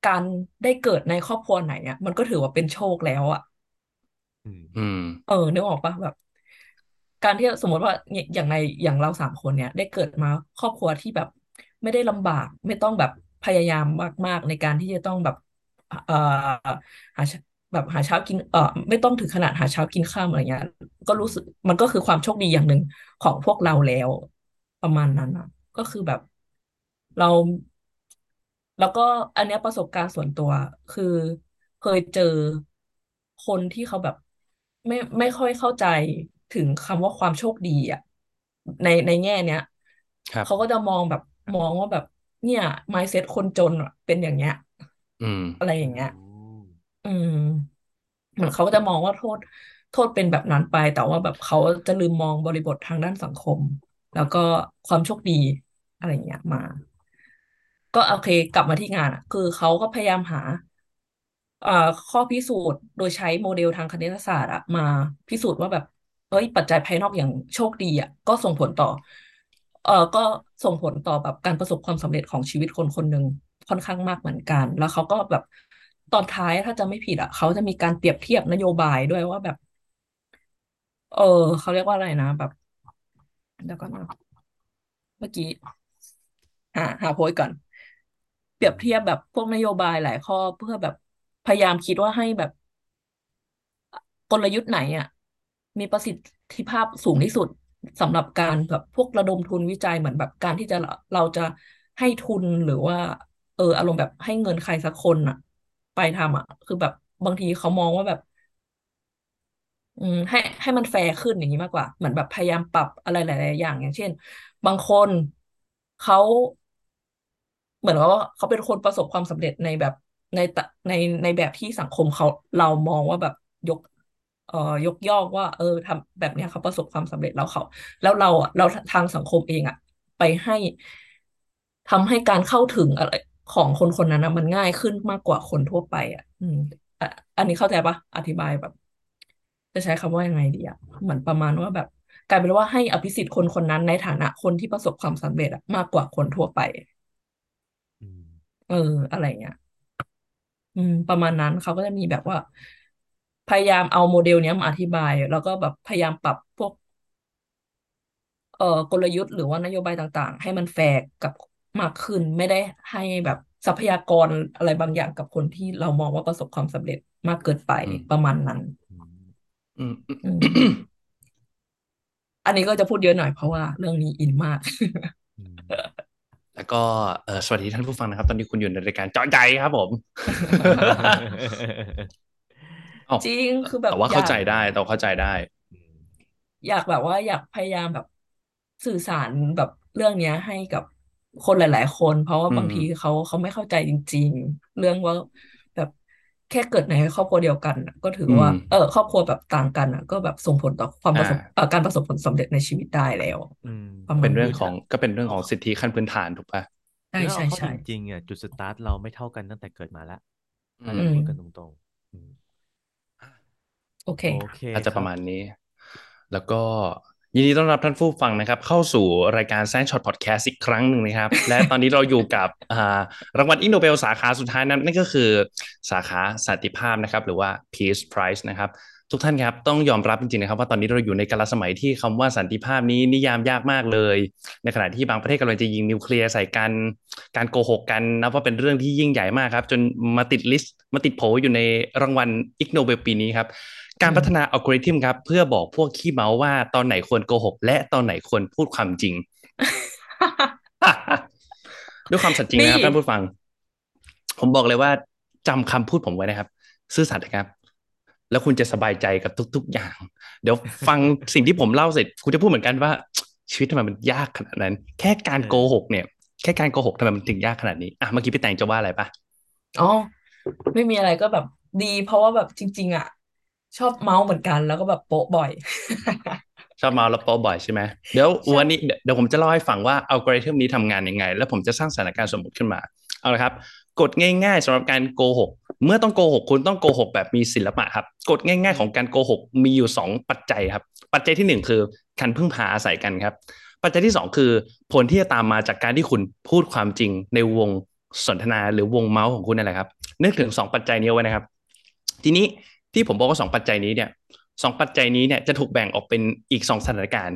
การได้เกิดในครอบครัวไหนอ่ะมันก็ถือว่าเป็นโชคแล้วอ่ะอืมอืมนึกออกปะแบบการที่สมมติว่าอย่างในอย่างเรา3 คนเนี่ยได้เกิดมาครอบครัวที่แบบไม่ได้ลำบากไม่ต้องแบบพยายามมากๆในการที่จะต้องแบบเอ่อหาเช้าแบบหาเช้ากินไม่ต้องถึงขนาดหาเช้ากินค่ำอะไรเงี้ยก็รู้สึกมันก็คือความโชคดีอย่างหนึ่งของพวกเราแล้วประมาณนั้นอ่ะก็คือแบบเราแล้วก็อันเนี้ยประสบการณ์ส่วนตัวคือเคยเจอคนที่เขาแบบไม่ค่อยเข้าใจถึงคำว่าความโชคดีอ่ะในแง่เนี้ยครับเขาก็จะมองแบบมองว่าแบบเนี่ย mindset คนจนอะเป็นอย่างเงี้ยอืมอะไรออืย่างเงี้ยมอืมเหมือนเขาก็จะมองว่าโทษเป็นแบบนั้นไปแต่ว่าแบบเขาจะลืมมองบริบททางด้านสังคมแล้วก็ความโชคดีอะไรอย่างเงี้ยมา ก็โอเคกลับมาที่งานอ่ะคือเขาก็พยายามหาเอ่อข้อพิสูจน์โดยใช้โมเดลทางคณิตศาสตร์อะมาพิสูจน์ว่าแบบเอ้ยปัจจัยภายนอกอย่างโชคดีอ่ะก็ส่งผลต่อก็ส่งผลต่อแบบการประสบความสำเร็จของชีวิตคนคนหนึ่งค่อนข้างมากเหมือนกันแล้วเขาก็แบบตอนท้ายถ้าจะไม่ผิดอ่ะเขาจะมีการเปรียบเทียบนโยบายด้วยว่าแบบเออเขาเรียกว่าอะไรนะแบบเดี๋ยวก่อนนะเมื่อกี้หาโพยก่อน เปรีอืยบเทียบมแบบพวกนโยบายหลายข้อเพื่อแบบพยายามคิดว่าให้แบบกลยุทธ์ไหนอ่ะมีประสิทธิภาพสูงที่สุดสำหรับการแบบพวกระดมทุนวิจัยเหมือนแบบการที่จะเราจะให้ทุนหรือว่าอารมณ์แบบให้เงินใครสักคนอ่ะไปทำอ่ะคือแบบบางทีเขามองว่าแบบให้มันแฟร์ขึ้นอย่างนี้มากกว่าเหมือนแบบพยายามปรับอะไรหลายๆอย่างอย่างเช่นบางคนเขา เหมือนว่าเขาเป็นคนประสบความสำเร็จในแบบในตะในในแบบที่สังคมเรามองว่าแบบยกยกย่องว่าทำแบบเนี้ยเขาประสบความสำเร็จแล้วเราอ่ะเราทางสังคมเองอ่ะไปให้ทำให้การเข้าถึงอะไรของคนคนนั้นนะมันง่ายขึ้นมากกว่าคนทั่วไปอ่ะอ่ะอันนี้เข้าใจปะอธิบายแบบจะใช้คำว่ายังไงดีอ่ะเหมือนประมาณว่าแบบกลายเป็นว่าให้อภิสิทธิ์คนคนนั้นในฐานะคนที่ประสบความสำเร็จอะมากกว่าคนทั่วไปอืมเอออะไรเงี้ยประมาณนั้นเขาก็จะมีแบบว่าพยายามเอาโมเดลเนี้ยมาอธิบายแล้วก็แบบพยายามปรับพวกกลยุทธ์หรือว่านโยบายต่างๆให้มันแฟร์กับมากขึ้นไม่ได้ให้แบบทรัพยากรอะไรบางอย่างกับคนที่เรามองว่าประสบความสำเร็จมากเกินไปอืมประมาณนั้นอืมอืมอืมอันนี้ก็จะพูดเยอะหน่อยเพราะว่าเรื่องนี้อินมากอืมแล้วก็สวัสดีท่านผู้ฟังนะครับตอนนี้คุณอยู่ในรายการเจาะใจครับผม เอ้าจริงคือแบแต่ว่าบอยากเข้าใจได้แต่เข้าใจได้อืมอยากแบบว่าอยากพยายามแบบสื่อสารแบบเรื่องเนี้ยให้กับคนหลายๆคนเพราะว่าอืมบางทีเขาไม่เข้าใจจริงๆเรื่องว่าแบบแค่เกิดในครอบครัวเดียวกันน่ะก็ถือว่าอืมครอบครัวแบบต่างกันก็แบบส่งผลต่อความประสบอ่าการประสบผลสำเร็จในชีวิตได้แล้วอืมประเป็นเรื่องมาณนี้นะของก็เป็นเรื่องของสิทธิขั้นพื้นฐานถูกป่ะใช่คือถ้าเอาเข้าจใช่ใช่ริงๆอ่ะจุดสตาร์ทเราไม่เท่ากันตั้งแต่เกิดมาแล้วอืมถ้าจะพูอืมดกันตรงๆอืมโอเคโอเคน่าจะครับประมาณนี้แล้วก็ยินดีต้อนรับท่านผู้ฟังนะครับเข้าสู่รายการแซนช็อตพอดแคสต์อีกครั้งหนึ่งนะครับและตอนนี้เราอยู่กับรางวัลอิกโนเบลสาขาสุดท้ายนั้นนั่นก็คือสาขาสันติภาพนะครับหรือว่า Peace Prize นะครับ ทุกท่านครับต้องยอมรับจริงๆนะครับว่าตอนนี้เราอยู่ในกาลสมัยที่คำว่าสันติภาพนี้นิยามยากมากเลยในขณะที่บางประเทศกำลังจะยิงนิวเคลียร์ใส่กันการโกหกกันนับว่าเป็นเรื่องที่ยิ่งใหญ่มากครับจนมาติดลิสต์มาติดโผอยู่ในรางวัลอิกโนเบลปีนี้ครับอืการพัฒนามอัลกอริทึมครับเพื่อบอกพวกขี้เมาว่าตอนไหนควรโกหกและตอนไหนควรพูดความจริง ด้วยความสัตย์จริงนี่นะครับท่านผู้ฟังผมบอกเลยว่าจำคำพูดผมไว้นะครับซื่อสัตย์นะครับแล้วคุณจะสบายใจกับทุกๆอย่างเดี๋ยวฟังสิ่งที่ผมเล่าเสร็จคุณจะพูดเหมือนกันว่าชีวิตทำไมมันยากขนาดนั้นแค่การเอโกหกอเนี่ยแค่การโกหกทำไมมันถึงยากขนาดนี้อ่ะเมื่อกี้พี่แตงจะว่าอะไรปะอ๋อไม่มีอะไรก็แบบดีเพราะว่าแบบจริงๆชอบเมาส์เหมือนกันแล้วก็แบบโป๊ะบ่อยชอบเมาแล้วโป๊บ่อยใช่ไหมเดี๋ยวใช่วันนี้เดี๋ยวผมจะเล่าให้ฟังว่าอัลกอริทึมนี้ทำงานยังไงแล้วผมจะสร้างสถานการณ์สมมติขึ้นมาเอาละครับกฎง่ายๆสำหรับการโกหกเมื่อต้องโกหกคุณต้องโกหกแบบมีศิลปะครับกฎง่ายๆของการโกหกมีอยู่2ปัจจัยครับปัจจัยที่1คือการพึ่งพาอาศัยกันครับปัจจัยที่2คือผลที่จะตามมาจากการที่คุณพูดความจริงในวงสนทนาหรือวงเมาส์ของคุณนั่นแหละครับนึกถึง2ปัจจัยนี้ไว้นะครับทีนี้ที่ผมบอกว่า2ปัจจัยนี้เนี่ยจะถูกแบ่งออกเป็นอีก2สถานการณ์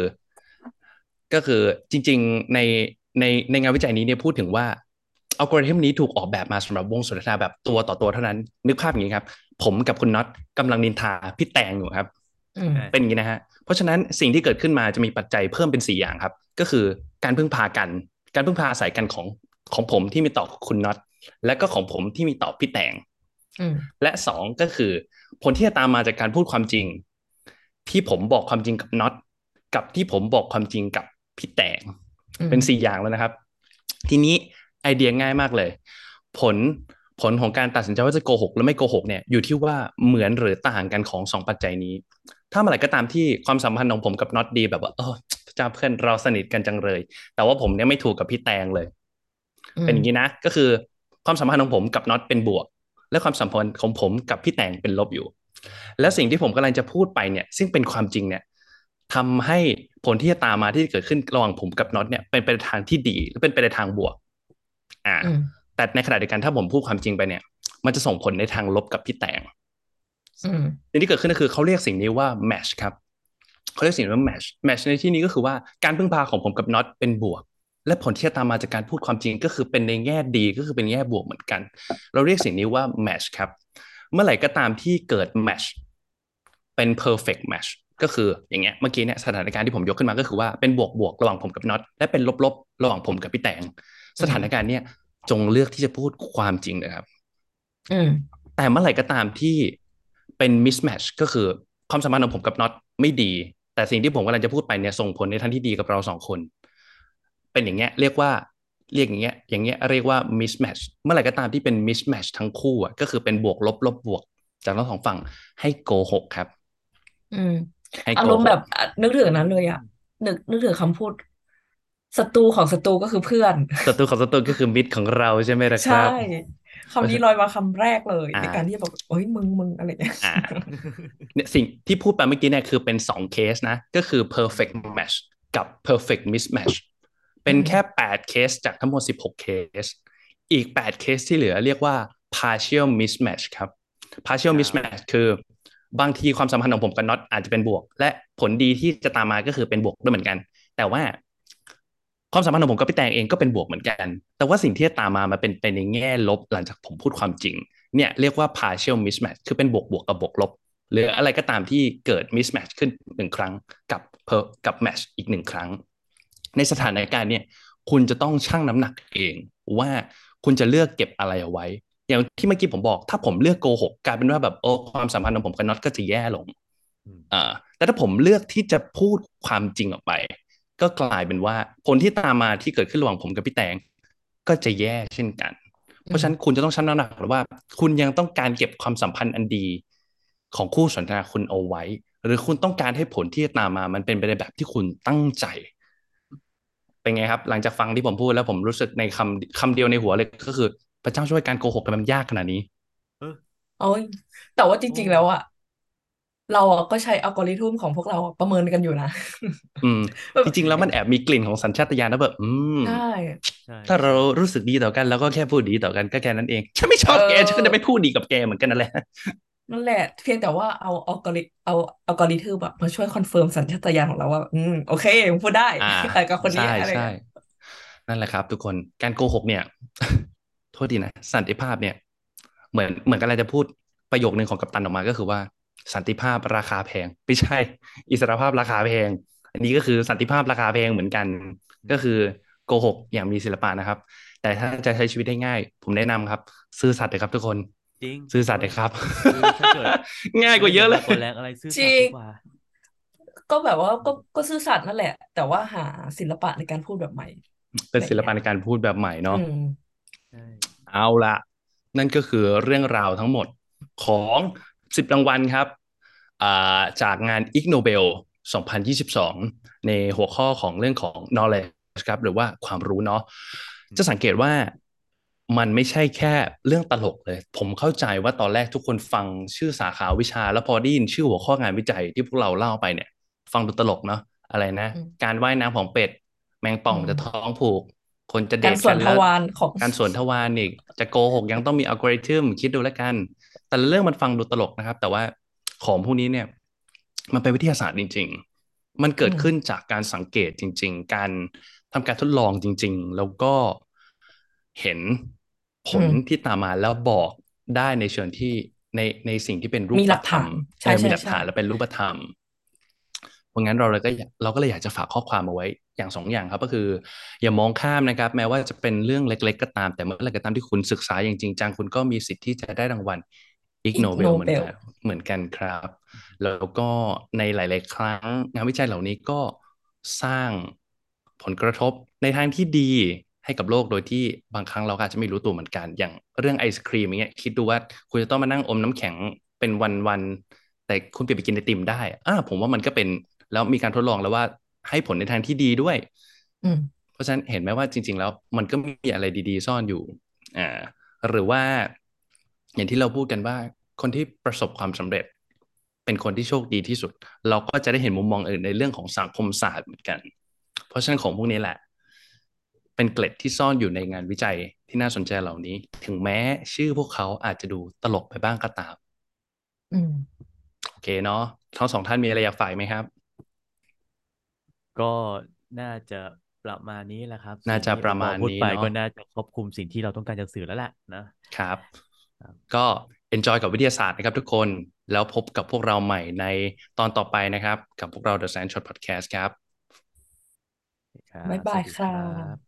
ก็คือจริงๆในงานวิจัยนี้เนี่ยพูดถึงว่าอัลกอริทึมนี้ถูกออกแบบมาสำหรับวงสนทนาแบบตัวต่อตัวเท่านั้นนึกภาพอย่างนี้ครับผมกับคุณน็อตกำลังนินทาพี่แตงอยู่ครับเป็นอย่างนี้นะฮะเพราะฉะนั้นสิ่งที่เกิดขึ้นมาจะมีปัจจัยเพิ่มเป็น4อย่างครับก็คือการพึ่งพากันการพึ่งพาอาศัยกันของผมที่มีต่อคุณน็อตและก็ของผมที่มีต่อพี่แตงและ2ก็คือผลที่จะตามมาจากการพูดความจริงที่ผมบอกความจริงกับน็อตกับที่ผมบอกความจริงกับพี่แตงเป็น4อย่างแล้วนะครับทีนี้ไอเดียง่ายมากเลยผลของการตัดสินใจว่าจะโกหกหรือไม่โกหกเนี่ยอยู่ที่ว่าเหมือนหรือต่างกันของ2ปัจจัยนี้ถ้าเมื่อไหร่ก็ตามที่ความสัมพันธ์ของผมกับน็อตดีแบบว่าพระเจ้าเพื่อนเราสนิทกันจังเลยแต่ว่าผมเนี่ยไม่ถูกกับพี่แตงเลยเป็นอย่างนี้นะก็คือความสัมพันธ์ของผมกับน็อตเป็นบวกและความสัมพันธ์ของผมกับพี่แตงเป็นลบอยู่แล้วสิ่งที่ผมกำลังจะพูดไปเนี่ยซึ่งเป็นความจริงเนี่ยทำให้ผลที่จะตามมาที่เกิดขึ้นระหว่างผมกับน็อตเนี่ยเป็นไปในทางที่ดีและเป็นไปในทางบวกแต่ในขณะเดียวกันถ้าผมพูดความจริงไปเนี่ยมันจะส่งผลในทางลบกับพี่แตงสิ่งที่เกิดขึ้นก็คือเขาเรียกสิ่งนี้ว่า match ครับเขาเรียกสิ่งนี้ว่า match ในที่นี้ก็คือว่าการพึ่งพาของผมกับน็อตเป็นบวกและผลที่จะตามมาจากการพูดความจริงก็คือเป็นในแง่ดีก็คือเป็นแง่บวกเหมือนกันเราเรียกสิ่งนี้ว่า match ครับเมื่อไหร่ก็ตามที่เกิด match เป็น perfect match ก็คืออย่างเงี้ยเมื่อกี้เนี่ยสถานการณ์ที่ผมยกขึ้นมาก็คือว่าเป็นบวกระหว่างผมกับน็อตและเป็นลบระหว่างผมกับพี่แตงสถานการณ์เนี่ยจงเลือกที่จะพูดความจริงนะครับแต่เมื่อไหร่ก็ตามที่เป็น mismatch ก็คือความสัมพันธ์ของผมกับน็อตไม่ดีแต่สิ่งที่ผมกำลังจะพูดไปเนี่ยส่งผลในทางที่ดีกับเรา2คนเป็นอย่างเงี้ยเรียกอย่างเงี้ยเรียกว่า mismatch เมื่อไหร่ก็ตามที่เป็น mismatch ทั้งคู่อ่ะก็คือเป็นบวกลบบวกจากทั้ง2ฝั่งให้โกหกครับให้อาโกหกรมณ์แบบนึกถึงนั้นเลยอ่ะนึกถึงคำพูดศัตรูของศัตรูก็คือเพื่อนศัตรูของศัตรูก็คือมิตรของเราใช่ไหมล่ะคใช่รับเพราะคำนี้ฉะลอยมาคำแรกเลยอ่าในการที่จะบอกเอ้ยมึงอะไรเงี้ยอ่า เนี่ยสิ่งที่พูดไปเมื่อกี้เนี่ยคือเป็น2เคสนะก็คือ perfect match กับ perfect mismatch เป็นแค่8เคสจากทั้งหมด16เคสอีก8เคสที่เหลือเรียกว่า partial mismatch ครับ partial mismatch คือบางทีความสัมพันธ์ของผมกับน็อตอาจจะเป็นบวกและผลดีที่จะตามมาก็คือเป็นบวกด้วยเหมือนกันแต่ว่าความสัมพันธ์ของผมกับพี่แตงเองก็เป็นบวกเหมือนกันแต่ว่าสิ่งที่จะตามมามันเป็นไปในแง่ลบหลังจากผมพูดความจริงเนี่ยเรียกว่า partial mismatch คือเป็นบวกกับบวกลบ หรืออะไรก็ตามที่เกิด mismatch ขึ้น1ครั้งกับmatch อีก1ครั้งในสถานการณ์เนี่ยคุณจะต้องชั่งน้ำหนักเองว่าคุณจะเลือกเก็บอะไรเอาไว้อย่างที่เมื่อกี้ผมบอกถ้าผมเลือกโกหกกลายเป็นว่าแบบความสัมพันธ์ของผมกับน็อตก็จะแย่ลงแต่ถ้าผมเลือกที่จะพูดความจริงออกไปก็กลายเป็นว่าผลที่ตามมาที่เกิดขึ้นระหว่างผมกับพี่แตงก็จะแย่เช่นกันเพราะฉะนั้นคุณจะต้องชั่งน้ำหนักว่าคุณยังต้องการเก็บความสัมพันธ์อันดีของคู่สนทนาคุณเอาไว้หรือคุณต้องการให้ผลที่จะตามมามันเป็นไปในแบบที่คุณตั้งใจเป็นไงครับหลังจากฟังที่ผมพูดแล้วผมรู้สึกในคำเดียวในหัวเลยก็คือพระเจ้าช่วยการโกหกมันยากขนาดนี้โอ้ยแต่ว่าจโอ้ริงๆแล้วอ่ะเราอะก็ใช้อัลกอริทึมของพวกเราอะประเมินกันอยู่นะอืมแบบจริงๆแล้วมันแอบมีกลิ่นของสัญชาตญาณนะแบบใช่ใช่ถ้าเราใช่รู้สึกดีต่อกันแล้วก็แค่พูดดีต่อกันก็แค่นั้นเองฉันไม่ชเอบแกฉันก็จะออไม่พูดดีกับแกเหมือนกันนั่นแหละนั่นแหละเพียงแต่ว่าเอาอัลกอริทึมแบบมาช่วยคอนเฟิร์มสัญชาตญาณของเราว่าโอเคมึงพูดได้อ่ากับคนใช่นี้อะไรใช่เงี้ยนั่นแหละครับทุกคนการโกหกเนี่ยโทษทีนะสันติภาพเนี่ยเหมือนกันเราจะพูดประโยคนึงของกัปตันออกมาก็คือว่าสันติภาพราคาแพงไม่ใช่อิสรภาพราคาแพงอันนี้ก็คือสันติภาพราคาแพงเหมือนกันก็คือโกหกอย่างมีศิลปะนะครับแต่ถ้าจะใช้ชีวิตได้ง่ายผมแนะนำครับซื่อสัตย์เลยครับทุกคนจริงซื่อเห็นด้วยสัตย์เลยครับคือถ้าเกิดง่ายกไม่เหลือว่าเยอะเลยมากกว่าแรงอะไรซื่อจริงสัตย์ดีกว่าก็แบบว่าก็ซื่อสัตย์นั่นแหละแต่ว่าหาศิลปะในการพูดแบบใหม่เป็นศิลอะไรเงี้ยปะในการพูดแบบใหม่อืเนาะมใช่เอาละนั่นก็คือเรื่องราวทั้งหมดของ10 รางวัลครับจากงาน Ig Nobel 2022ในหัวข้อของเรื่องของ knowledge ครับหรือว่าความรู้เนาะจะสังเกตว่ามันไม่ใช่แค่เรื่องตลกเลยผมเข้าใจว่าตอนแรกทุกคนฟังชื่อสาขาวิชาแล้วพอได้ยินชื่อหัวข้องานวิจัยที่พวกเราเล่าไปเนี่ยฟังดูตลกเนาะอะไรนะอืมการว่ายน้ำของเป็ดแมงป่องจะท้อืมองผูกคนจะเดการสวนททกันแล้ววารของการสวนทวารอีกจะโกหกยังต้องมีอัลกอริทึมคิดดูแล้วกันแต่ละเรื่องมันฟังดูตลกนะครับแต่ว่าของพวกนี้เนี่ยมันเป็นวิทยาศาสตร์จริงๆมันอืเกิดมขึ้นจากการสังเกตจริงๆการทำการทดลองจริงๆแล้วก็เห็นผลอืมที่ตามมาแล้วบอกได้ในเชิงที่ในสิ่งที่เป็นรูมีหปธรรมลักฐานใช่มีหลักใช่ใช่ฐานและเป็นรูปธรรม เพราะงั้นเราก็เลยอยากจะฝากข้อความเอาไว้อย่างสองอย่างครับก็คืออย่ามองข้ามนะครับแม้ว่าจะเป็นเรื่องเล็กๆก็ตามแต่เมื่อไหร่ก็ตามที่คุณศึกษาอย่างจริงจังคุณก็มีสิทธิ์ที่จะได้รางวัล Ig อีกโน Nobel เหมืเบลอนกันครับแล้วก็ในหลายๆครั้งงานวิจัยเหล่านี้ก็สร้างผลกระทบในทางที่ดีให้กับโลกโดยที่บางครั้งเราก็อาจจะไม่รู้ตัวเหมือนกันอย่างเรื่องไอศครีมอย่างเงี้ยคิดดูว่าคุณจะต้องมานั่งอมน้ำแข็งเป็นวันๆแต่คุณเปลี่ยนไปกินไอติมได้ผมว่ามันก็เป็นแล้วมีการทดลองแล้วว่าให้ผลในทางที่ดีด้วยอืมเพราะฉะนั้นเห็นไหมว่าจริงๆแล้วมันก็มีอะไรดีๆซ่อนอยู่อ่าหรือว่าอย่างที่เราพูดกันว่าคนที่ประสบความสำเร็จเป็นคนที่โชคดีที่สุดเราก็จะได้เห็นมุมมองอื่นในเรื่องของสังคมศาสตร์เหมือนกันเพราะฉะนั้นของพวกนี้แหละเป็นเกล็ดที่ซ่อนอยู่ในงานวิจัยที่น่าสนใจเหล่านี้ถึงแม้ชื่อพวกเขาอาจจะดูตลกไปบ้างก็ตามอืมโอเคเนาะทั้งสองท่านมีอะไรอยากฝากไหมครับก็น่าจะประมาณนี้แหละครับน่าสิ่งที่จะประมาโอปอพูดณนี้เนาะไปก็น่าจะครอบคลุมสิ่งที่เราต้องการจะสื่อแล้วแหละครับนะครับก็ enjoy กับวิทยาศาสตร์นะครับทุกคนแล้วพบกับพวกเราใหม่ในตอนต่อไปนะครับกับพวกเรา The Science Shot Podcast ครับครับบ๊ายบายค่สวัสดีครัะบ